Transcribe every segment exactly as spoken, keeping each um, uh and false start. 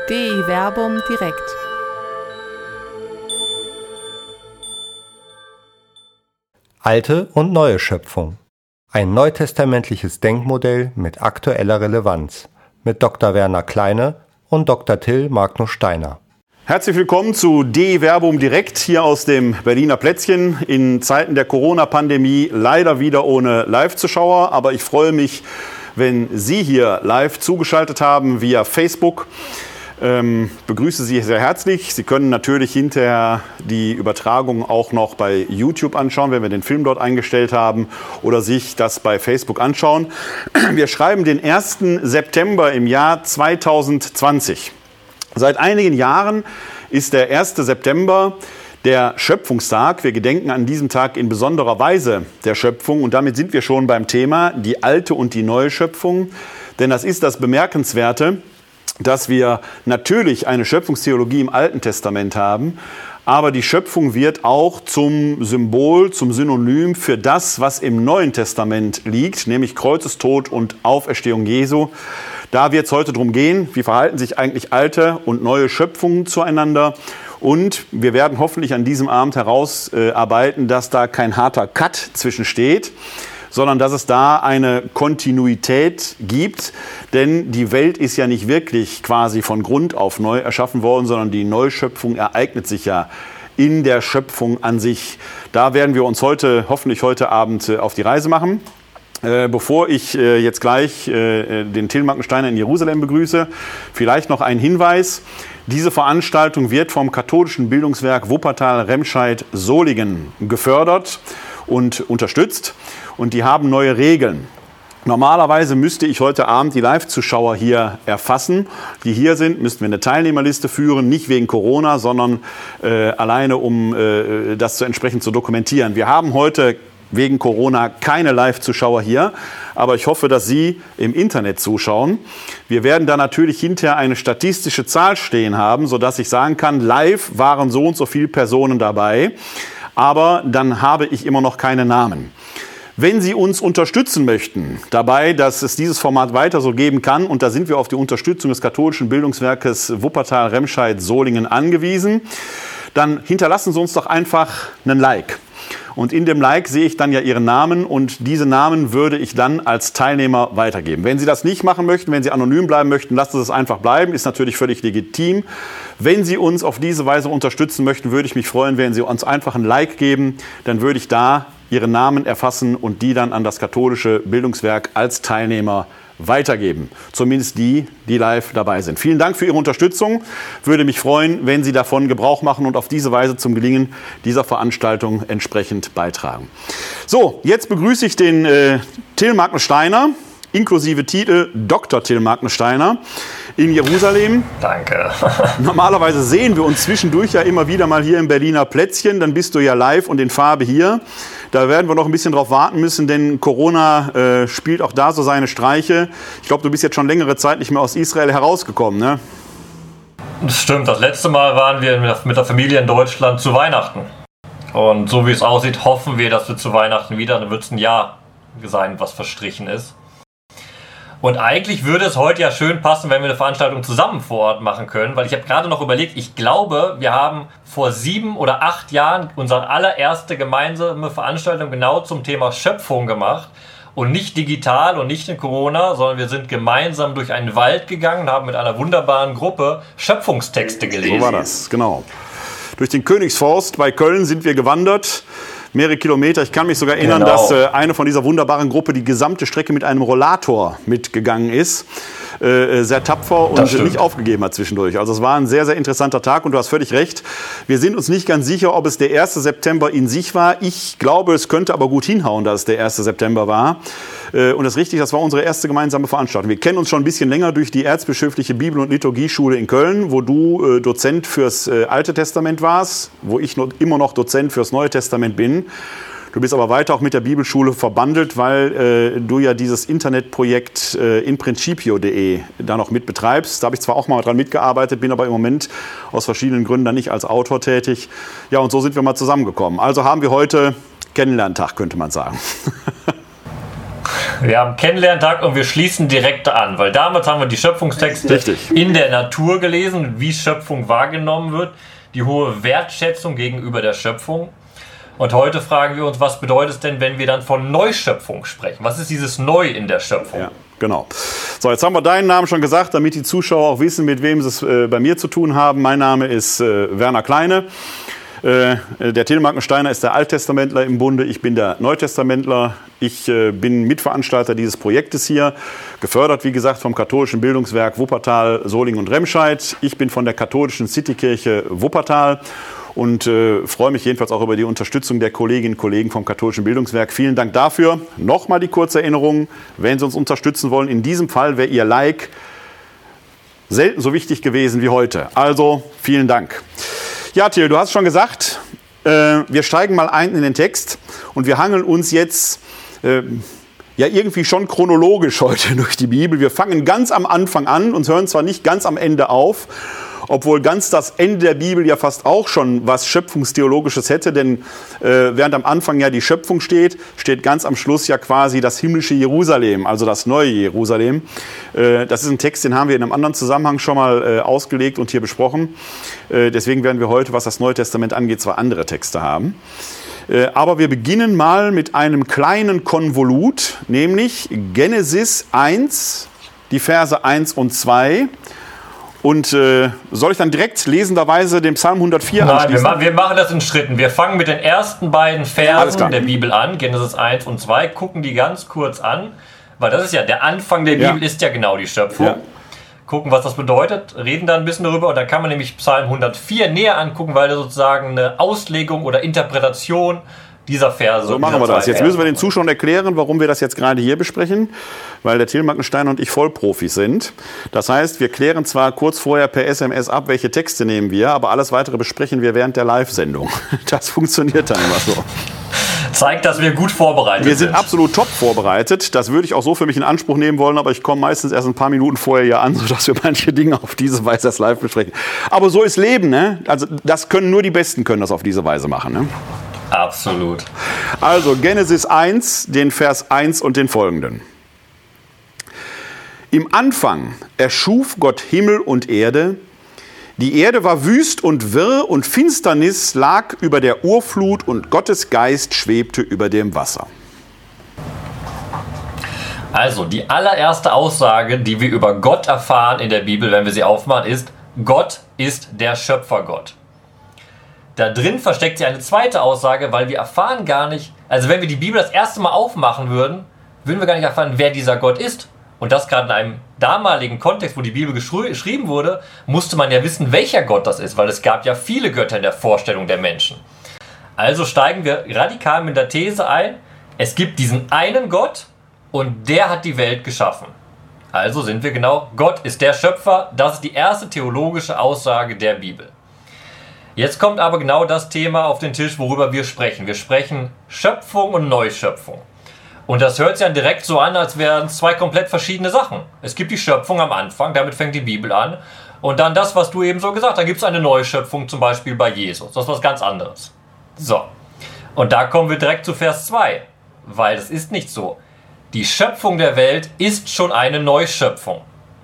Dei Verbum direkt. Alte und neue Schöpfung. Ein neutestamentliches Denkmodell mit aktueller Relevanz. Mit Doktor Werner Kleine und Doktor Till Magnus Steiner. Herzlich willkommen zu Dei Verbum direkt hier aus dem Berliner Plätzchen. In Zeiten der Corona-Pandemie leider wieder ohne Live-Zuschauer. Aber ich freue mich, wenn Sie hier live zugeschaltet haben via Facebook. Ähm, begrüße Sie sehr herzlich. Sie können natürlich hinterher die Übertragung auch noch bei YouTube anschauen, wenn wir den Film dort eingestellt haben, oder sich das bei Facebook anschauen. Wir schreiben den ersten September im Jahr zweitausendzwanzig. Seit einigen Jahren ist der erste September der Schöpfungstag. Wir gedenken an diesem Tag in besonderer Weise der Schöpfung. Und damit sind wir schon beim Thema die alte und die neue Schöpfung. Denn das ist das Bemerkenswerte, dass wir natürlich eine Schöpfungstheologie im Alten Testament haben, aber die Schöpfung wird auch zum Symbol, zum Synonym für das, was im Neuen Testament liegt, nämlich Kreuzestod und Auferstehung Jesu. Da wird es heute darum gehen, wie verhalten sich eigentlich alte und neue Schöpfungen zueinander. Und wir werden hoffentlich an diesem Abend herausarbeiten, dass da kein harter Cut zwischen steht, sondern dass es da eine Kontinuität gibt. Denn die Welt ist ja nicht wirklich quasi von Grund auf neu erschaffen worden, sondern die Neuschöpfung ereignet sich ja in der Schöpfung an sich. Da werden wir uns heute, hoffentlich heute Abend, auf die Reise machen. Äh, bevor ich äh, jetzt gleich äh, den Till Magnus Steiner in Jerusalem begrüße, vielleicht noch ein Hinweis. Diese Veranstaltung wird vom katholischen Bildungswerk Wuppertal-Remscheid-Solingen gefördert und unterstützt. Und die haben neue Regeln. Normalerweise müsste ich heute Abend die Live-Zuschauer hier erfassen, die hier sind, müssten wir eine Teilnehmerliste führen, nicht wegen Corona, sondern äh, alleine, um äh, das zu entsprechend zu dokumentieren. Wir haben heute wegen Corona keine Live-Zuschauer hier, aber ich hoffe, dass Sie im Internet zuschauen. Wir werden da natürlich hinterher eine statistische Zahl stehen haben, sodass ich sagen kann, live waren so und so viele Personen dabei, aber dann habe ich immer noch keine Namen. Wenn Sie uns unterstützen möchten dabei, dass es dieses Format weiter so geben kann, und da sind wir auf die Unterstützung des katholischen Bildungswerkes Wuppertal-Remscheid-Solingen angewiesen, dann hinterlassen Sie uns doch einfach einen Like. Und in dem Like sehe ich dann ja Ihren Namen, und diese Namen würde ich dann als Teilnehmer weitergeben. Wenn Sie das nicht machen möchten, wenn Sie anonym bleiben möchten, lassen Sie es einfach bleiben, ist natürlich völlig legitim. Wenn Sie uns auf diese Weise unterstützen möchten, würde ich mich freuen, wenn Sie uns einfach ein Like geben, dann würde ich da Ihren Namen erfassen und die dann an das katholische Bildungswerk als Teilnehmer weitergeben. Zumindest die, die live dabei sind. Vielen Dank für Ihre Unterstützung. Würde mich freuen, wenn Sie davon Gebrauch machen und auf diese Weise zum Gelingen dieser Veranstaltung entsprechend beitragen. So, jetzt begrüße ich den äh, Till Magnus Steiner, inklusive Titel Doktor Till Magnus Steiner in Jerusalem. Danke. Normalerweise sehen wir uns zwischendurch ja immer wieder mal hier im Berliner Plätzchen. Dann bist du ja live und in Farbe hier. Da werden wir noch ein bisschen drauf warten müssen, denn Corona äh, spielt auch da so seine Streiche. Ich glaube, du bist jetzt schon längere Zeit nicht mehr aus Israel herausgekommen, ne? Das stimmt. Das letzte Mal waren wir mit der Familie in Deutschland zu Weihnachten. Und so wie es aussieht, hoffen wir, dass wir zu Weihnachten wieder, dann wird es ein Jahr sein, was verstrichen ist. Und eigentlich würde es heute ja schön passen, wenn wir eine Veranstaltung zusammen vor Ort machen können, weil ich habe gerade noch überlegt, ich glaube, wir haben vor sieben oder acht Jahren unsere allererste gemeinsame Veranstaltung genau zum Thema Schöpfung gemacht. Und nicht digital und nicht in Corona, sondern wir sind gemeinsam durch einen Wald gegangen und haben mit einer wunderbaren Gruppe Schöpfungstexte gelesen. So war das, genau. Durch den Königsforst bei Köln sind wir gewandert. Mehrere Kilometer. Ich kann mich sogar erinnern, genau. dass äh, eine von dieser wunderbaren Gruppe die gesamte Strecke mit einem Rollator mitgegangen ist. Äh, sehr tapfer und nicht aufgegeben hat zwischendurch. Also es war ein sehr, sehr interessanter Tag und du hast völlig recht. Wir sind uns nicht ganz sicher, ob es der erste September in sich war. Ich glaube, es könnte aber gut hinhauen, dass es der erste September war. Äh, und das ist richtig, das war unsere erste gemeinsame Veranstaltung. Wir kennen uns schon ein bisschen länger durch die Erzbischöfliche Bibel- und Liturgieschule in Köln, wo du äh, Dozent fürs äh, Alte Testament warst, wo ich noch, immer noch Dozent fürs Neue Testament bin. Du bist aber weiter auch mit der Bibelschule verbandelt, weil äh, du ja dieses Internetprojekt äh, inprincipio punkt de da noch mit betreibst. Da habe ich zwar auch mal dran mitgearbeitet, bin aber im Moment aus verschiedenen Gründen dann nicht als Autor tätig. Ja, und so sind wir mal zusammengekommen. Also haben wir heute Kennenlerntag, könnte man sagen. Wir haben Kennenlerntag und wir schließen direkt an, weil damals haben wir die Schöpfungstexte Richtig. in der Natur gelesen, wie Schöpfung wahrgenommen wird, die hohe Wertschätzung gegenüber der Schöpfung. Und heute fragen wir uns, was bedeutet es denn, wenn wir dann von Neuschöpfung sprechen? Was ist dieses Neu in der Schöpfung? Ja, genau. So, jetzt haben wir deinen Namen schon gesagt, damit die Zuschauer auch wissen, mit wem sie es äh, bei mir zu tun haben. Mein Name ist äh, Werner Kleine. Äh, der Till Markensteiner ist der Alttestamentler im Bunde, ich bin der Neutestamentler. Ich äh, bin Mitveranstalter dieses Projektes hier, gefördert, wie gesagt, vom katholischen Bildungswerk Wuppertal, Solingen und Remscheid. Ich bin von der katholischen Citykirche Wuppertal und äh, freue mich jedenfalls auch über die Unterstützung der Kolleginnen und Kollegen vom katholischen Bildungswerk. Vielen Dank dafür. Nochmal die kurze Erinnerung, wenn Sie uns unterstützen wollen, in diesem Fall wäre Ihr Like selten so wichtig gewesen wie heute. Also vielen Dank. Ja, Till, du hast schon gesagt, äh, wir steigen mal ein in den Text und wir hangeln uns jetzt äh, ja irgendwie schon chronologisch heute durch die Bibel. Wir fangen ganz am Anfang an und hören zwar nicht ganz am Ende auf, obwohl ganz das Ende der Bibel ja fast auch schon was Schöpfungstheologisches hätte, denn äh, während am Anfang ja die Schöpfung steht, steht ganz am Schluss ja quasi das himmlische Jerusalem, also das neue Jerusalem. Äh, das ist ein Text, den haben wir in einem anderen Zusammenhang schon mal äh, ausgelegt und hier besprochen. Äh, deswegen werden wir heute, was das Neue Testament angeht, zwei andere Texte haben. Äh, aber wir beginnen mal mit einem kleinen Konvolut, nämlich Genesis eins, die Verse eins und zwei. Und äh, soll ich dann direkt lesenderweise den Psalm hundertvier Nein, anschließen? wir, ma- wir machen das in Schritten. Wir fangen mit den ersten beiden Versen der Bibel an, Genesis eins und zwei, gucken die ganz kurz an, weil das ist ja, der Anfang der Bibel Ja. ist ja genau die Schöpfung. Ja. Gucken, was das bedeutet, reden dann ein bisschen darüber und dann kann man nämlich Psalm hundertvier näher angucken, weil er sozusagen eine Auslegung oder Interpretation dieser Verse. So machen wir das. Jetzt müssen wir den Zuschauern erklären, warum wir das jetzt gerade hier besprechen, weil der Till Markensteiner und ich Vollprofis sind. Das heißt, wir klären zwar kurz vorher per S M S ab, welche Texte nehmen wir, aber alles Weitere besprechen wir während der Live-Sendung. Das funktioniert dann immer so. Zeigt, dass wir gut vorbereitet Wir sind sind. absolut top vorbereitet. Das würde ich auch so für mich in Anspruch nehmen wollen, aber ich komme meistens erst ein paar Minuten vorher hier an, sodass wir manche Dinge auf diese Weise erst live besprechen. Aber so ist Leben, ne? Also das können nur die Besten können das auf diese Weise machen, ne? Absolut. Also Genesis eins, den Vers eins und den folgenden. Im Anfang erschuf Gott Himmel und Erde. Die Erde war wüst und wirr und Finsternis lag über der Urflut und Gottes Geist schwebte über dem Wasser. Also, die allererste Aussage, die wir über Gott erfahren in der Bibel, wenn wir sie aufmachen, ist, Gott ist der Schöpfergott. Da drin versteckt sich eine zweite Aussage, weil wir erfahren gar nicht, also wenn wir die Bibel das erste Mal aufmachen würden, würden wir gar nicht erfahren, wer dieser Gott ist. Und das gerade in einem damaligen Kontext, wo die Bibel geschri- geschrieben wurde, musste man ja wissen, welcher Gott das ist, weil es gab ja viele Götter in der Vorstellung der Menschen. Also steigen wir radikal mit der These ein, es gibt diesen einen Gott und der hat die Welt geschaffen. Also sind wir genau, Gott ist der Schöpfer, das ist die erste theologische Aussage der Bibel. Jetzt kommt aber genau das Thema auf den Tisch, worüber wir sprechen. Wir sprechen Schöpfung und Neuschöpfung. Und das hört sich dann direkt so an, als wären es zwei komplett verschiedene Sachen. Es gibt die Schöpfung am Anfang, damit fängt die Bibel an. Und dann das, was du eben so gesagt hast, dann gibt es eine Neuschöpfung, zum Beispiel bei Jesus. Das ist was ganz anderes. So, und da kommen wir direkt zu Vers zwei, weil das ist nicht so. Die Schöpfung der Welt ist schon eine Neuschöpfung.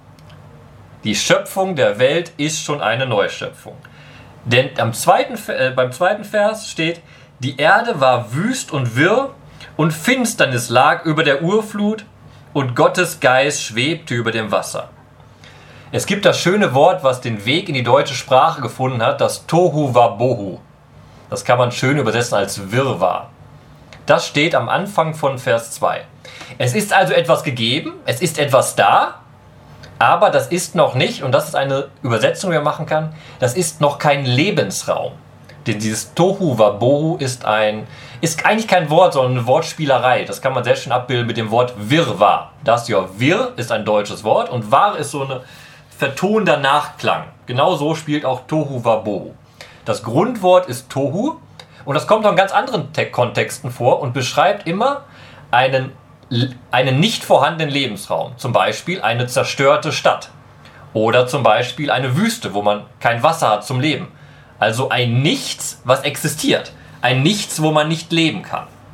Die Schöpfung der Welt ist schon eine Neuschöpfung. Denn am zweiten, äh, beim zweiten Vers steht, die Erde war wüst und wirr und Finsternis lag über der Urflut und Gottes Geist schwebte über dem Wasser. Es gibt das schöne Wort, was den Weg in die deutsche Sprache gefunden hat, das Tohu Wabohu. Das kann man schön übersetzen als Wirrwarr. Das steht am Anfang von Vers zwei. Es ist also etwas gegeben, es ist etwas da, aber das ist noch nicht, und das ist eine Übersetzung, die man machen kann, das ist noch kein Lebensraum. Denn dieses Tohu Wabohu ist ein, ist eigentlich kein Wort, sondern eine Wortspielerei. Das kann man sehr schön abbilden mit dem Wort Wirrwarr. Das ja, Wirr ist ein deutsches Wort und Wahr ist so ein vertonender Nachklang. Genau so spielt auch Tohu Wabohu. Das Grundwort ist Tohu und das kommt auch in ganz anderen Te- Kontexten vor und beschreibt immer einen einen nicht vorhandenen Lebensraum, zum Beispiel eine zerstörte Stadt oder zum Beispiel eine Wüste, wo man kein Wasser hat zum Leben. Also ein Nichts, was existiert, ein Nichts, wo man nicht leben kann.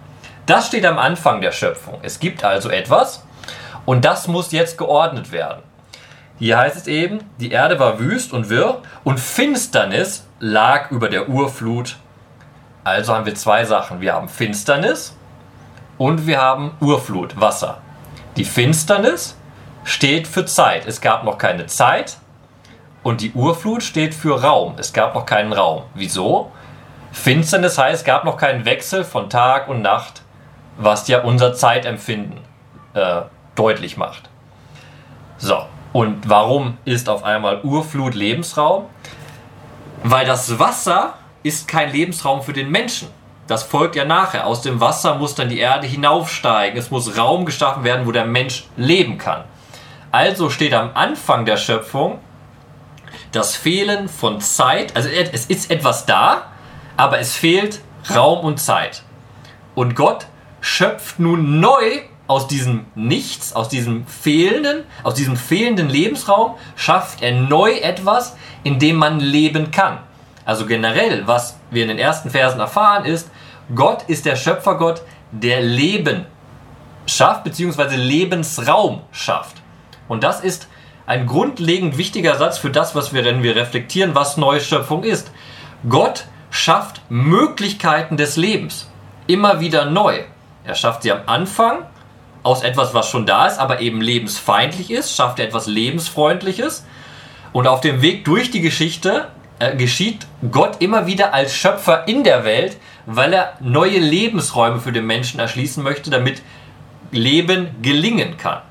Das steht am Anfang der Schöpfung. Es gibt also etwas und das muss jetzt geordnet werden. Hier heißt es eben, die Erde war wüst und wirr und Finsternis lag über der Urflut. Also haben wir zwei Sachen. Wir haben Finsternis und wir haben Urflut, Wasser. Die Finsternis steht für Zeit. Es gab noch keine Zeit. Und die Urflut steht für Raum. Es gab noch keinen Raum. Wieso? Finsternis heißt, es gab noch keinen Wechsel von Tag und Nacht, was ja unser Zeitempfinden äh, deutlich macht. So, und warum ist auf einmal Urflut Lebensraum? Weil das Wasser ist kein Lebensraum für den Menschen. Das folgt ja nachher. Aus dem Wasser muss dann die Erde hinaufsteigen. Es muss Raum geschaffen werden, wo der Mensch leben kann. Also steht am Anfang der Schöpfung das Fehlen von Zeit. Also es ist etwas da, aber es fehlt Raum und Zeit. Und Gott schöpft nun neu aus diesem Nichts, aus diesem fehlenden, aus diesem fehlenden Lebensraum, schafft er neu etwas, in dem man leben kann. Also generell, was wir in den ersten Versen erfahren, ist, Gott ist der Schöpfergott, der Leben schafft, beziehungsweise Lebensraum schafft. Und das ist ein grundlegend wichtiger Satz für das, was wir, wenn wir reflektieren, was Neuschöpfung ist. Gott schafft Möglichkeiten des Lebens. Immer wieder neu. Er schafft sie am Anfang aus etwas, was schon da ist, aber eben lebensfeindlich ist, schafft er etwas Lebensfreundliches. Und auf dem Weg durch die Geschichte äh, geschieht Gott immer wieder als Schöpfer in der Welt, weil er neue Lebensräume für den Menschen erschließen möchte, damit Leben gelingen kann.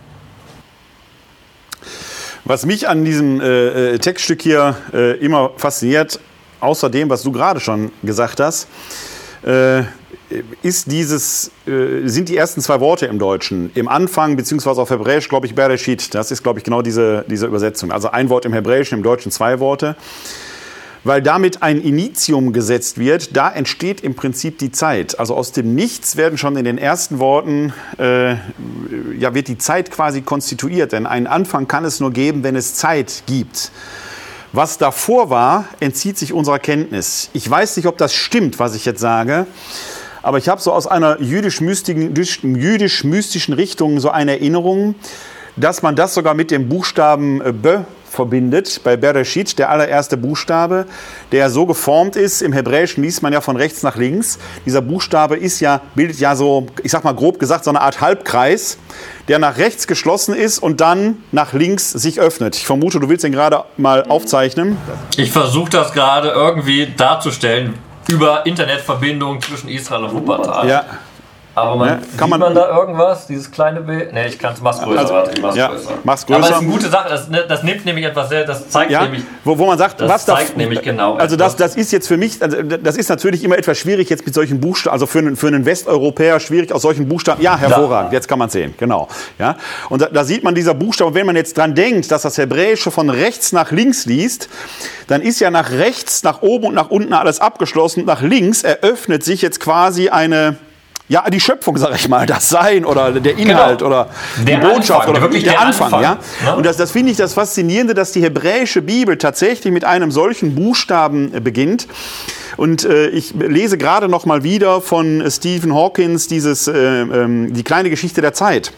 Was mich an diesem äh, Textstück hier äh, immer fasziniert, außer dem, was du gerade schon gesagt hast, äh, ist dieses, äh, sind die ersten zwei Worte im Deutschen. Im Anfang, beziehungsweise auf Hebräisch, glaube ich, Bereshit. Das ist, glaube ich, genau diese, diese Übersetzung. Also ein Wort im Hebräischen, im Deutschen zwei Worte. Weil damit ein Initium gesetzt wird, da entsteht im Prinzip die Zeit. Also aus dem Nichts werden schon in den ersten Worten, äh, ja, wird die Zeit quasi konstituiert. Denn einen Anfang kann es nur geben, wenn es Zeit gibt. Was davor war, entzieht sich unserer Kenntnis. Ich weiß nicht, ob das stimmt, was ich jetzt sage, aber ich habe so aus einer jüdisch-mystischen jüdisch-mystischen Richtung so eine Erinnerung, dass man das sogar mit dem Buchstaben B verbindet, bei Bereshit, der allererste Buchstabe, der so geformt ist, im Hebräischen liest man ja von rechts nach links. Dieser Buchstabe ist ja, bildet ja so, ich sag mal grob gesagt, so eine Art Halbkreis, der nach rechts geschlossen ist und dann nach links sich öffnet. Ich vermute, du willst den gerade mal aufzeichnen. Ich versuche das gerade irgendwie darzustellen über Internetverbindungen zwischen Israel und Wuppertal. Ja. Aber man, ja, kann sieht man, man da irgendwas, dieses kleine Bild? Ne, ich kann es mach's größer. Also, warte, ich mach's ja, größer. Mach's größer. Aber das ist eine gute Sache, das, das nimmt nämlich etwas sehr, das zeigt ja, nämlich, wo, wo man sagt, das was zeigt das, nämlich genau. Also das, das ist jetzt für mich, also das ist natürlich immer etwas schwierig jetzt mit solchen Buchstaben, also für einen, für einen Westeuropäer schwierig aus solchen Buchstaben, ja, hervorragend, ja. Jetzt kann man sehen, genau. Ja, und da, da sieht man dieser Buchstabe, wenn man jetzt dran denkt, dass das Hebräische von rechts nach links liest, dann ist ja nach rechts, nach oben und nach unten alles abgeschlossen, nach links eröffnet sich jetzt quasi eine... Ja, die Schöpfung, sag ich mal, das Sein oder der Inhalt genau. oder der die Botschaft Anfang, oder wirklich der, der Anfang. Anfang Ja? ja? Und das, das finde ich das Faszinierende, dass die hebräische Bibel tatsächlich mit einem solchen Buchstaben äh, beginnt. Und äh, ich lese gerade noch mal wieder von Stephen Hawkins dieses, äh, äh, die kleine Geschichte der Zeit.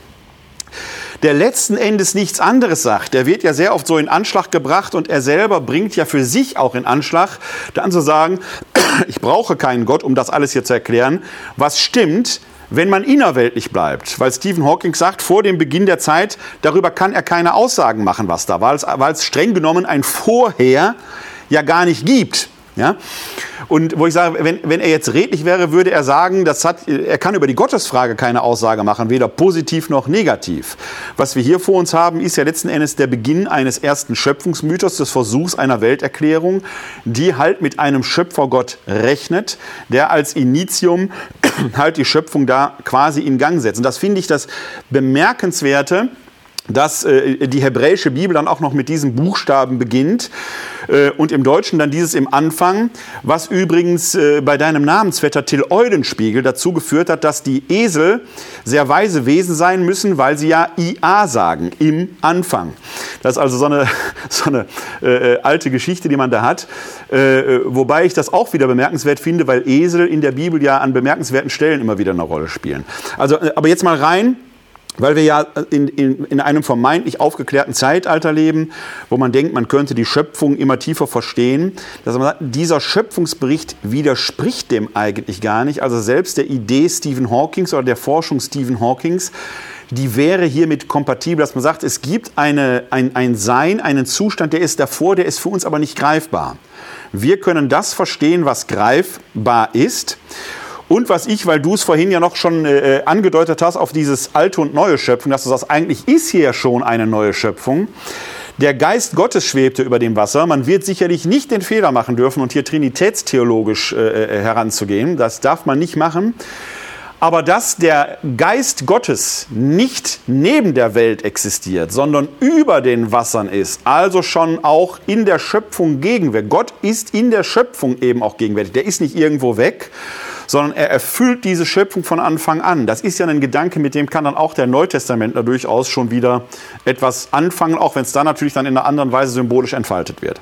Der letzten Endes nichts anderes sagt. Der wird ja sehr oft so in Anschlag gebracht und er selber bringt ja für sich auch in Anschlag, dann zu sagen, ich brauche keinen Gott, um das alles hier zu erklären. Was stimmt, wenn man innerweltlich bleibt? Weil Stephen Hawking sagt, vor dem Beginn der Zeit, darüber kann er keine Aussagen machen, was da war, weil es streng genommen ein Vorher ja gar nicht gibt. Ja? Und wo ich sage, wenn, wenn er jetzt redlich wäre, würde er sagen, das hat, er kann über die Gottesfrage keine Aussage machen, weder positiv noch negativ. Was wir hier vor uns haben, ist ja letzten Endes der Beginn eines ersten Schöpfungsmythos, des Versuchs einer Welterklärung, die halt mit einem Schöpfergott rechnet, der als Initium halt die Schöpfung da quasi in Gang setzt. Und das finde ich das Bemerkenswerte, dass äh, die hebräische Bibel dann auch noch mit diesen Buchstaben beginnt äh, und im Deutschen dann dieses im Anfang, was übrigens äh, bei deinem Namensvetter Till Eulenspiegel dazu geführt hat, dass die Esel sehr weise Wesen sein müssen, weil sie ja I A sagen, im Anfang. Das ist also so eine, so eine äh, alte Geschichte, die man da hat. Äh, wobei ich das auch wieder bemerkenswert finde, weil Esel in der Bibel ja an bemerkenswerten Stellen immer wieder eine Rolle spielen. Also, aber jetzt mal rein, weil wir ja in, in, in einem vermeintlich aufgeklärten Zeitalter leben, wo man denkt, man könnte die Schöpfung immer tiefer verstehen. Dass man sagt, dieser Schöpfungsbericht widerspricht dem eigentlich gar nicht. Also selbst der Idee Stephen Hawkings oder der Forschung Stephen Hawkings, die wäre hiermit kompatibel, dass man sagt, es gibt eine, ein, ein Sein, einen Zustand, der ist davor, der ist für uns aber nicht greifbar. Wir können das verstehen, was greifbar ist. Und was ich, weil du es vorhin ja noch schon äh, angedeutet hast, auf dieses alte und neue Schöpfung, dass du sagst, eigentlich ist hier schon eine neue Schöpfung. Der Geist Gottes schwebte über dem Wasser. Man wird sicherlich nicht den Fehler machen dürfen und hier trinitätstheologisch äh, heranzugehen. Das darf man nicht machen. Aber dass der Geist Gottes nicht neben der Welt existiert, sondern über den Wassern ist, also schon auch in der Schöpfung gegenwärtig. Gott ist in der Schöpfung eben auch gegenwärtig. Der ist nicht irgendwo weg, sondern er erfüllt diese Schöpfung von Anfang an. Das ist ja ein Gedanke, mit dem kann dann auch der Neutestamentler durchaus schon wieder etwas anfangen, auch wenn es dann natürlich dann in einer anderen Weise symbolisch entfaltet wird.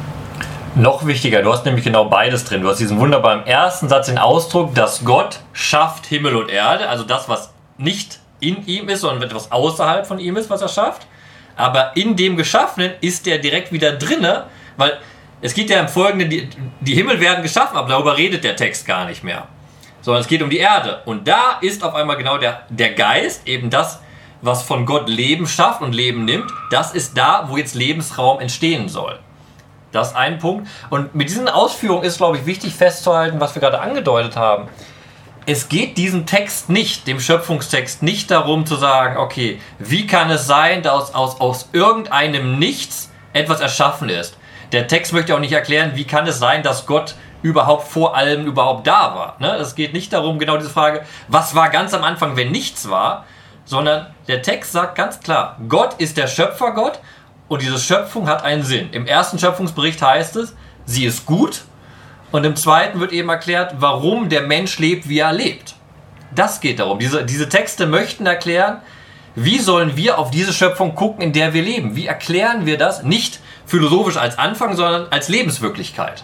Noch wichtiger, du hast nämlich genau beides drin. Du hast diesen wunderbaren ersten Satz, den Ausdruck, dass Gott schafft Himmel und Erde, also das, was nicht in ihm ist, sondern etwas außerhalb von ihm ist, was er schafft. Aber in dem Geschaffenen ist der direkt wieder drinne, weil es geht ja im Folgenden, die, die Himmel werden geschaffen, aber darüber redet der Text gar nicht mehr. Sondern es geht um die Erde. Und da ist auf einmal genau der, der Geist, eben das, was von Gott Leben schafft und Leben nimmt, das ist da, wo jetzt Lebensraum entstehen soll. Das ist ein Punkt. Und mit diesen Ausführungen ist, glaube ich, wichtig festzuhalten, was wir gerade angedeutet haben. Es geht diesem Text nicht, dem Schöpfungstext, nicht darum zu sagen, okay, wie kann es sein, dass aus, aus irgendeinem Nichts etwas erschaffen ist. Der Text möchte auch nicht erklären, wie kann es sein, dass Gott überhaupt vor allem überhaupt da war. Ne? Es geht nicht darum, genau diese Frage, was war ganz am Anfang, wenn nichts war, sondern der Text sagt ganz klar, Gott ist der Schöpfergott und diese Schöpfung hat einen Sinn. Im ersten Schöpfungsbericht heißt es, sie ist gut und im zweiten wird eben erklärt, warum der Mensch lebt, wie er lebt. Das geht darum. Diese, diese Texte möchten erklären, wie sollen wir auf diese Schöpfung gucken, in der wir leben? Wie erklären wir das nicht philosophisch als Anfang, sondern als Lebenswirklichkeit?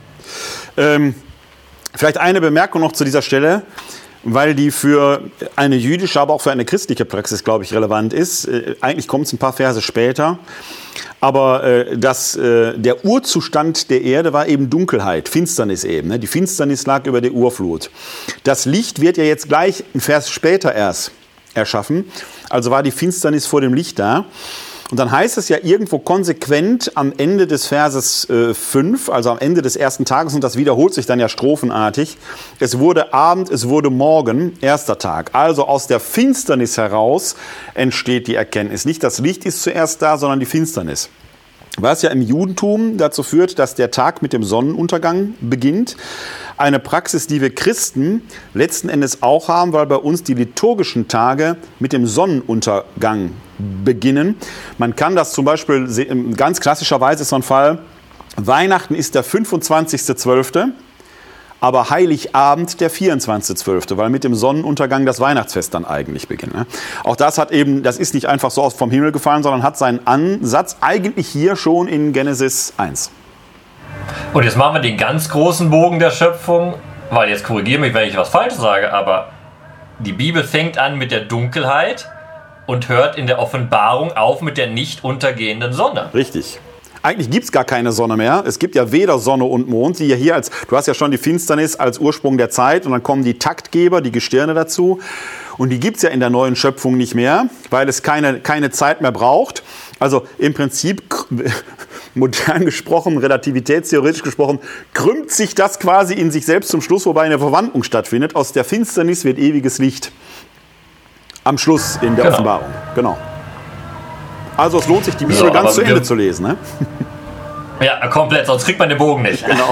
Ähm, vielleicht eine Bemerkung noch zu dieser Stelle, weil die für eine jüdische, aber auch für eine christliche Praxis, glaube ich, relevant ist. Äh, eigentlich kommt es ein paar Verse später. Aber äh, das, äh, der Urzustand der Erde war eben Dunkelheit, Finsternis eben. Ne? Die Finsternis lag über der Urflut. Das Licht wird ja jetzt gleich ein Vers später erst erschaffen. Also war die Finsternis vor dem Licht da. Und dann heißt es ja irgendwo konsequent am Ende des Verses äh, fünf, also am Ende des ersten Tages, und das wiederholt sich dann ja strophenartig, es wurde Abend, es wurde Morgen, erster Tag. Also aus der Finsternis heraus entsteht die Erkenntnis. Nicht das Licht ist zuerst da, sondern die Finsternis. Was ja im Judentum dazu führt, dass der Tag mit dem Sonnenuntergang beginnt. Eine Praxis, die wir Christen letzten Endes auch haben, weil bei uns die liturgischen Tage mit dem Sonnenuntergang beginnen. Man kann das zum Beispiel, ganz klassischerweise ist so ein Fall, Weihnachten ist der fünfundzwanzigster zwölfte, aber Heiligabend der vierundzwanzigster zwölfte, weil mit dem Sonnenuntergang das Weihnachtsfest dann eigentlich beginnt. Auch das hat eben, das ist nicht einfach so aus vom Himmel gefallen, sondern hat seinen Ansatz eigentlich hier schon in Genesis eins. Und jetzt machen wir den ganz großen Bogen der Schöpfung, weil jetzt korrigiere mich, wenn ich was Falsches sage, aber die Bibel fängt an mit der Dunkelheit und hört in der Offenbarung auf mit der nicht untergehenden Sonne. Richtig. Eigentlich gibt es gar keine Sonne mehr. Es gibt ja weder Sonne und Mond, die ja hier als, du hast ja schon die Finsternis als Ursprung der Zeit und dann kommen die Taktgeber, die Gestirne dazu. Und die gibt es ja in der neuen Schöpfung nicht mehr, weil es keine, keine Zeit mehr braucht. Also im Prinzip, modern gesprochen, relativitätstheoretisch gesprochen, krümmt sich das quasi in sich selbst zum Schluss, wobei eine Verwandlung stattfindet. Aus der Finsternis wird ewiges Licht. Am Schluss in der genau. Offenbarung. Genau. Also es lohnt sich, die Bibel so, ganz zu Ende zu lesen. Ne? Ja, komplett, sonst kriegt man den Bogen nicht. Genau.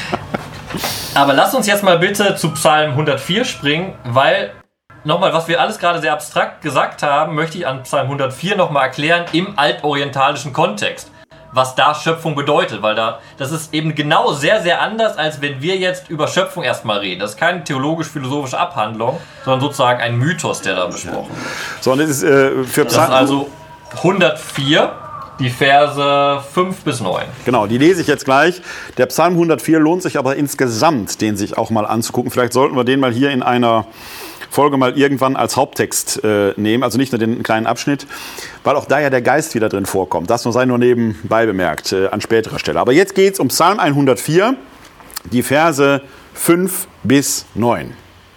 Aber lass uns jetzt mal bitte zu Psalm hundertvier springen, weil, nochmal, was wir alles gerade sehr abstrakt gesagt haben, möchte ich an Psalm hundertvier nochmal erklären im altorientalischen Kontext, was da Schöpfung bedeutet, weil da, das ist eben genau sehr, sehr anders, als wenn wir jetzt über Schöpfung erstmal reden. Das ist keine theologisch-philosophische Abhandlung, sondern sozusagen ein Mythos, der da besprochen wird. So, und das ist äh, für Psalm... Das ist also hundertvier die Verse fünf bis neun. Genau, die lese ich jetzt gleich. Der Psalm hundertvier lohnt sich aber insgesamt, den sich auch mal anzugucken. Vielleicht sollten wir den mal hier in einer Folge mal irgendwann als Haupttext äh, nehmen, also nicht nur den kleinen Abschnitt, weil auch da ja der Geist wieder drin vorkommt. Das nur sei nur nebenbei bemerkt, äh, an späterer Stelle. Aber jetzt geht es um Psalm hundertvier, die Verse fünf bis neun.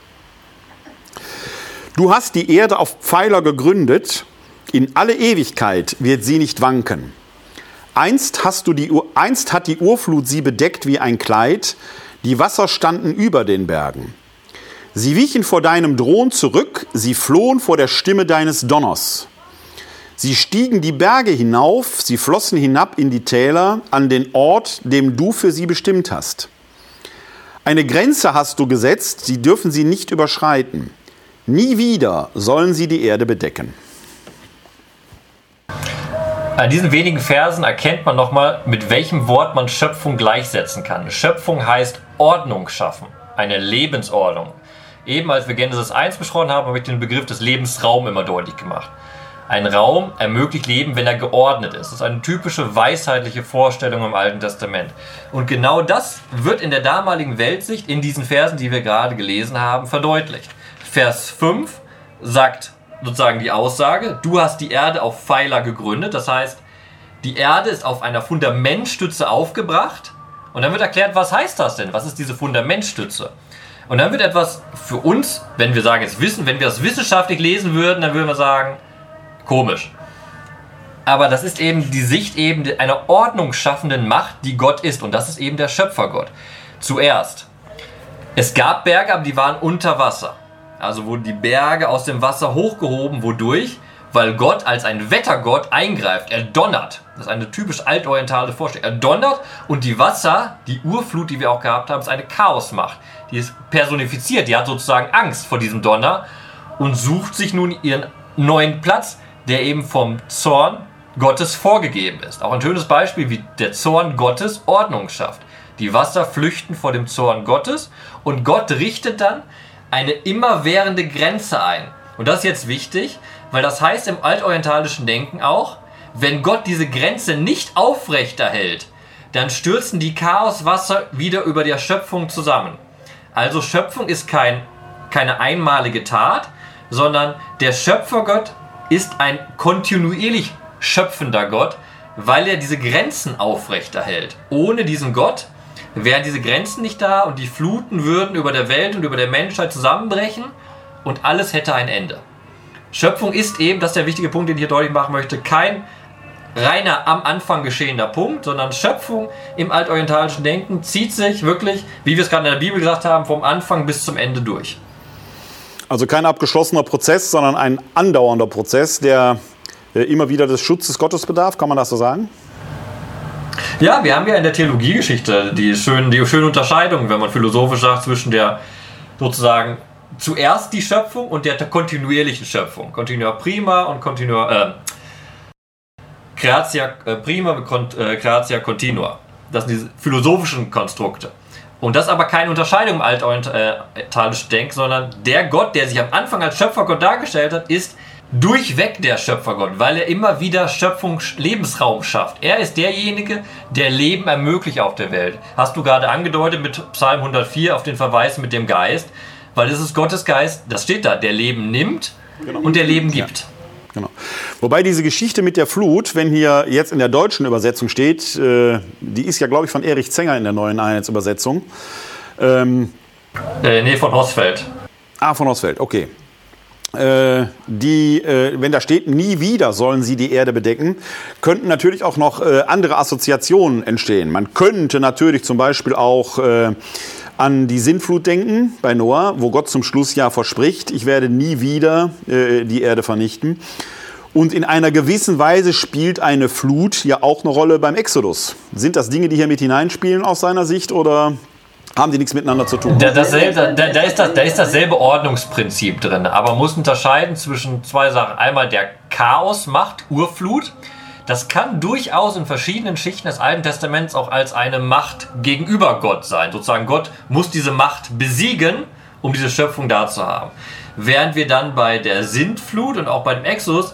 Du hast die Erde auf Pfeiler gegründet, in alle Ewigkeit wird sie nicht wanken. Einst, hast du die, einst hat die Urflut sie bedeckt wie ein Kleid, die Wasser standen über den Bergen. Sie wichen vor deinem Drohen zurück, sie flohen vor der Stimme deines Donners. Sie stiegen die Berge hinauf, sie flossen hinab in die Täler, an den Ort, den du für sie bestimmt hast. Eine Grenze hast du gesetzt, sie dürfen sie nicht überschreiten. Nie wieder sollen sie die Erde bedecken. An diesen wenigen Versen erkennt man nochmal, mit welchem Wort man Schöpfung gleichsetzen kann. Schöpfung heißt Ordnung schaffen, eine Lebensordnung. Eben als wir Genesis eins besprochen haben, habe ich den Begriff des Lebensraums immer deutlich gemacht. Ein Raum ermöglicht Leben, wenn er geordnet ist. Das ist eine typische weisheitliche Vorstellung im Alten Testament. Und genau das wird in der damaligen Weltsicht in diesen Versen, die wir gerade gelesen haben, verdeutlicht. Vers fünf sagt sozusagen die Aussage, du hast die Erde auf Pfeiler gegründet. Das heißt, die Erde ist auf einer Fundamentstütze aufgebracht. Und dann wird erklärt, was heißt das denn? Was ist diese Fundamentstütze? Und dann wird etwas für uns, wenn wir sagen jetzt Wissen, wenn wir das wissenschaftlich lesen würden, dann würden wir sagen, komisch. Aber das ist eben die Sicht eben einer ordnungsschaffenden Macht, die Gott ist. Und das ist eben der Schöpfergott. Zuerst, es gab Berge, aber die waren unter Wasser. Also wurden die Berge aus dem Wasser hochgehoben. Wodurch? Weil Gott als ein Wettergott eingreift. Er donnert. Das ist eine typisch altorientale Vorstellung. Er donnert und die Wasser, die Urflut, die wir auch gehabt haben, ist eine Chaosmacht. Die ist personifiziert. Die hat sozusagen Angst vor diesem Donner und sucht sich nun ihren neuen Platz, der eben vom Zorn Gottes vorgegeben ist. Auch ein schönes Beispiel, wie der Zorn Gottes Ordnung schafft. Die Wasser flüchten vor dem Zorn Gottes und Gott richtet dann eine immerwährende Grenze ein. Und das ist jetzt wichtig, weil das heißt im altorientalischen Denken auch, wenn Gott diese Grenze nicht aufrechterhält, dann stürzen die Chaoswasser wieder über der Schöpfung zusammen. Also Schöpfung ist kein, keine einmalige Tat, sondern der Schöpfergott ist ein kontinuierlich schöpfender Gott, weil er diese Grenzen aufrechterhält. Ohne diesen Gott wären diese Grenzen nicht da und die Fluten würden über der Welt und über der Menschheit zusammenbrechen und alles hätte ein Ende. Schöpfung ist eben, das ist der wichtige Punkt, den ich hier deutlich machen möchte, kein reiner am Anfang geschehender Punkt, sondern Schöpfung im altorientalischen Denken zieht sich wirklich, wie wir es gerade in der Bibel gesagt haben, vom Anfang bis zum Ende durch. Also kein abgeschlossener Prozess, sondern ein andauernder Prozess, der äh, immer wieder des Schutzes Gottes bedarf, kann man das so sagen? Ja, wir haben ja in der Theologiegeschichte die schönen, die schöne Unterscheidung, wenn man philosophisch sagt, zwischen der sozusagen zuerst die Schöpfung und der kontinuierlichen Schöpfung. Continua prima und continua, äh, creatia äh, prima und äh, creatia continua. Das sind diese philosophischen Konstrukte. Und das ist aber keine Unterscheidung im altorientalischen Denken, sondern der Gott, der sich am Anfang als Schöpfergott dargestellt hat, ist durchweg der Schöpfergott, weil er immer wieder Schöpfung, Lebensraum schafft. Er ist derjenige, der Leben ermöglicht auf der Welt. Hast du gerade angedeutet mit Psalm hundertvier auf den Verweis mit dem Geist, weil es ist Gottes Geist, das steht da, der Leben nimmt genau. und der Leben gibt. Ja. Genau. Wobei diese Geschichte mit der Flut, wenn hier jetzt in der deutschen Übersetzung steht, äh, die ist ja, glaube ich, von Erich Zenger in der neuen Einheitsübersetzung. Ähm, äh, nee, von Osfeld. Ah, von Osfeld, okay. Äh, die, äh, wenn da steht, nie wieder sollen sie die Erde bedecken, könnten natürlich auch noch äh, andere Assoziationen entstehen. Man könnte natürlich zum Beispiel auch äh, an die Sintflut denken bei Noah, wo Gott zum Schluss ja verspricht, ich werde nie wieder äh, die Erde vernichten. Und in einer gewissen Weise spielt eine Flut ja auch eine Rolle beim Exodus. Sind das Dinge, die hier mit hineinspielen aus seiner Sicht oder haben die nichts miteinander zu tun? Da, dasselbe, da, da, ist das, da ist dasselbe Ordnungsprinzip drin, aber man muss unterscheiden zwischen zwei Sachen. Einmal der Chaosmacht, Urflut. Das kann durchaus in verschiedenen Schichten des Alten Testaments auch als eine Macht gegenüber Gott sein. Sozusagen Gott muss diese Macht besiegen, um diese Schöpfung da zu haben. Während wir dann bei der Sintflut und auch bei dem Exodus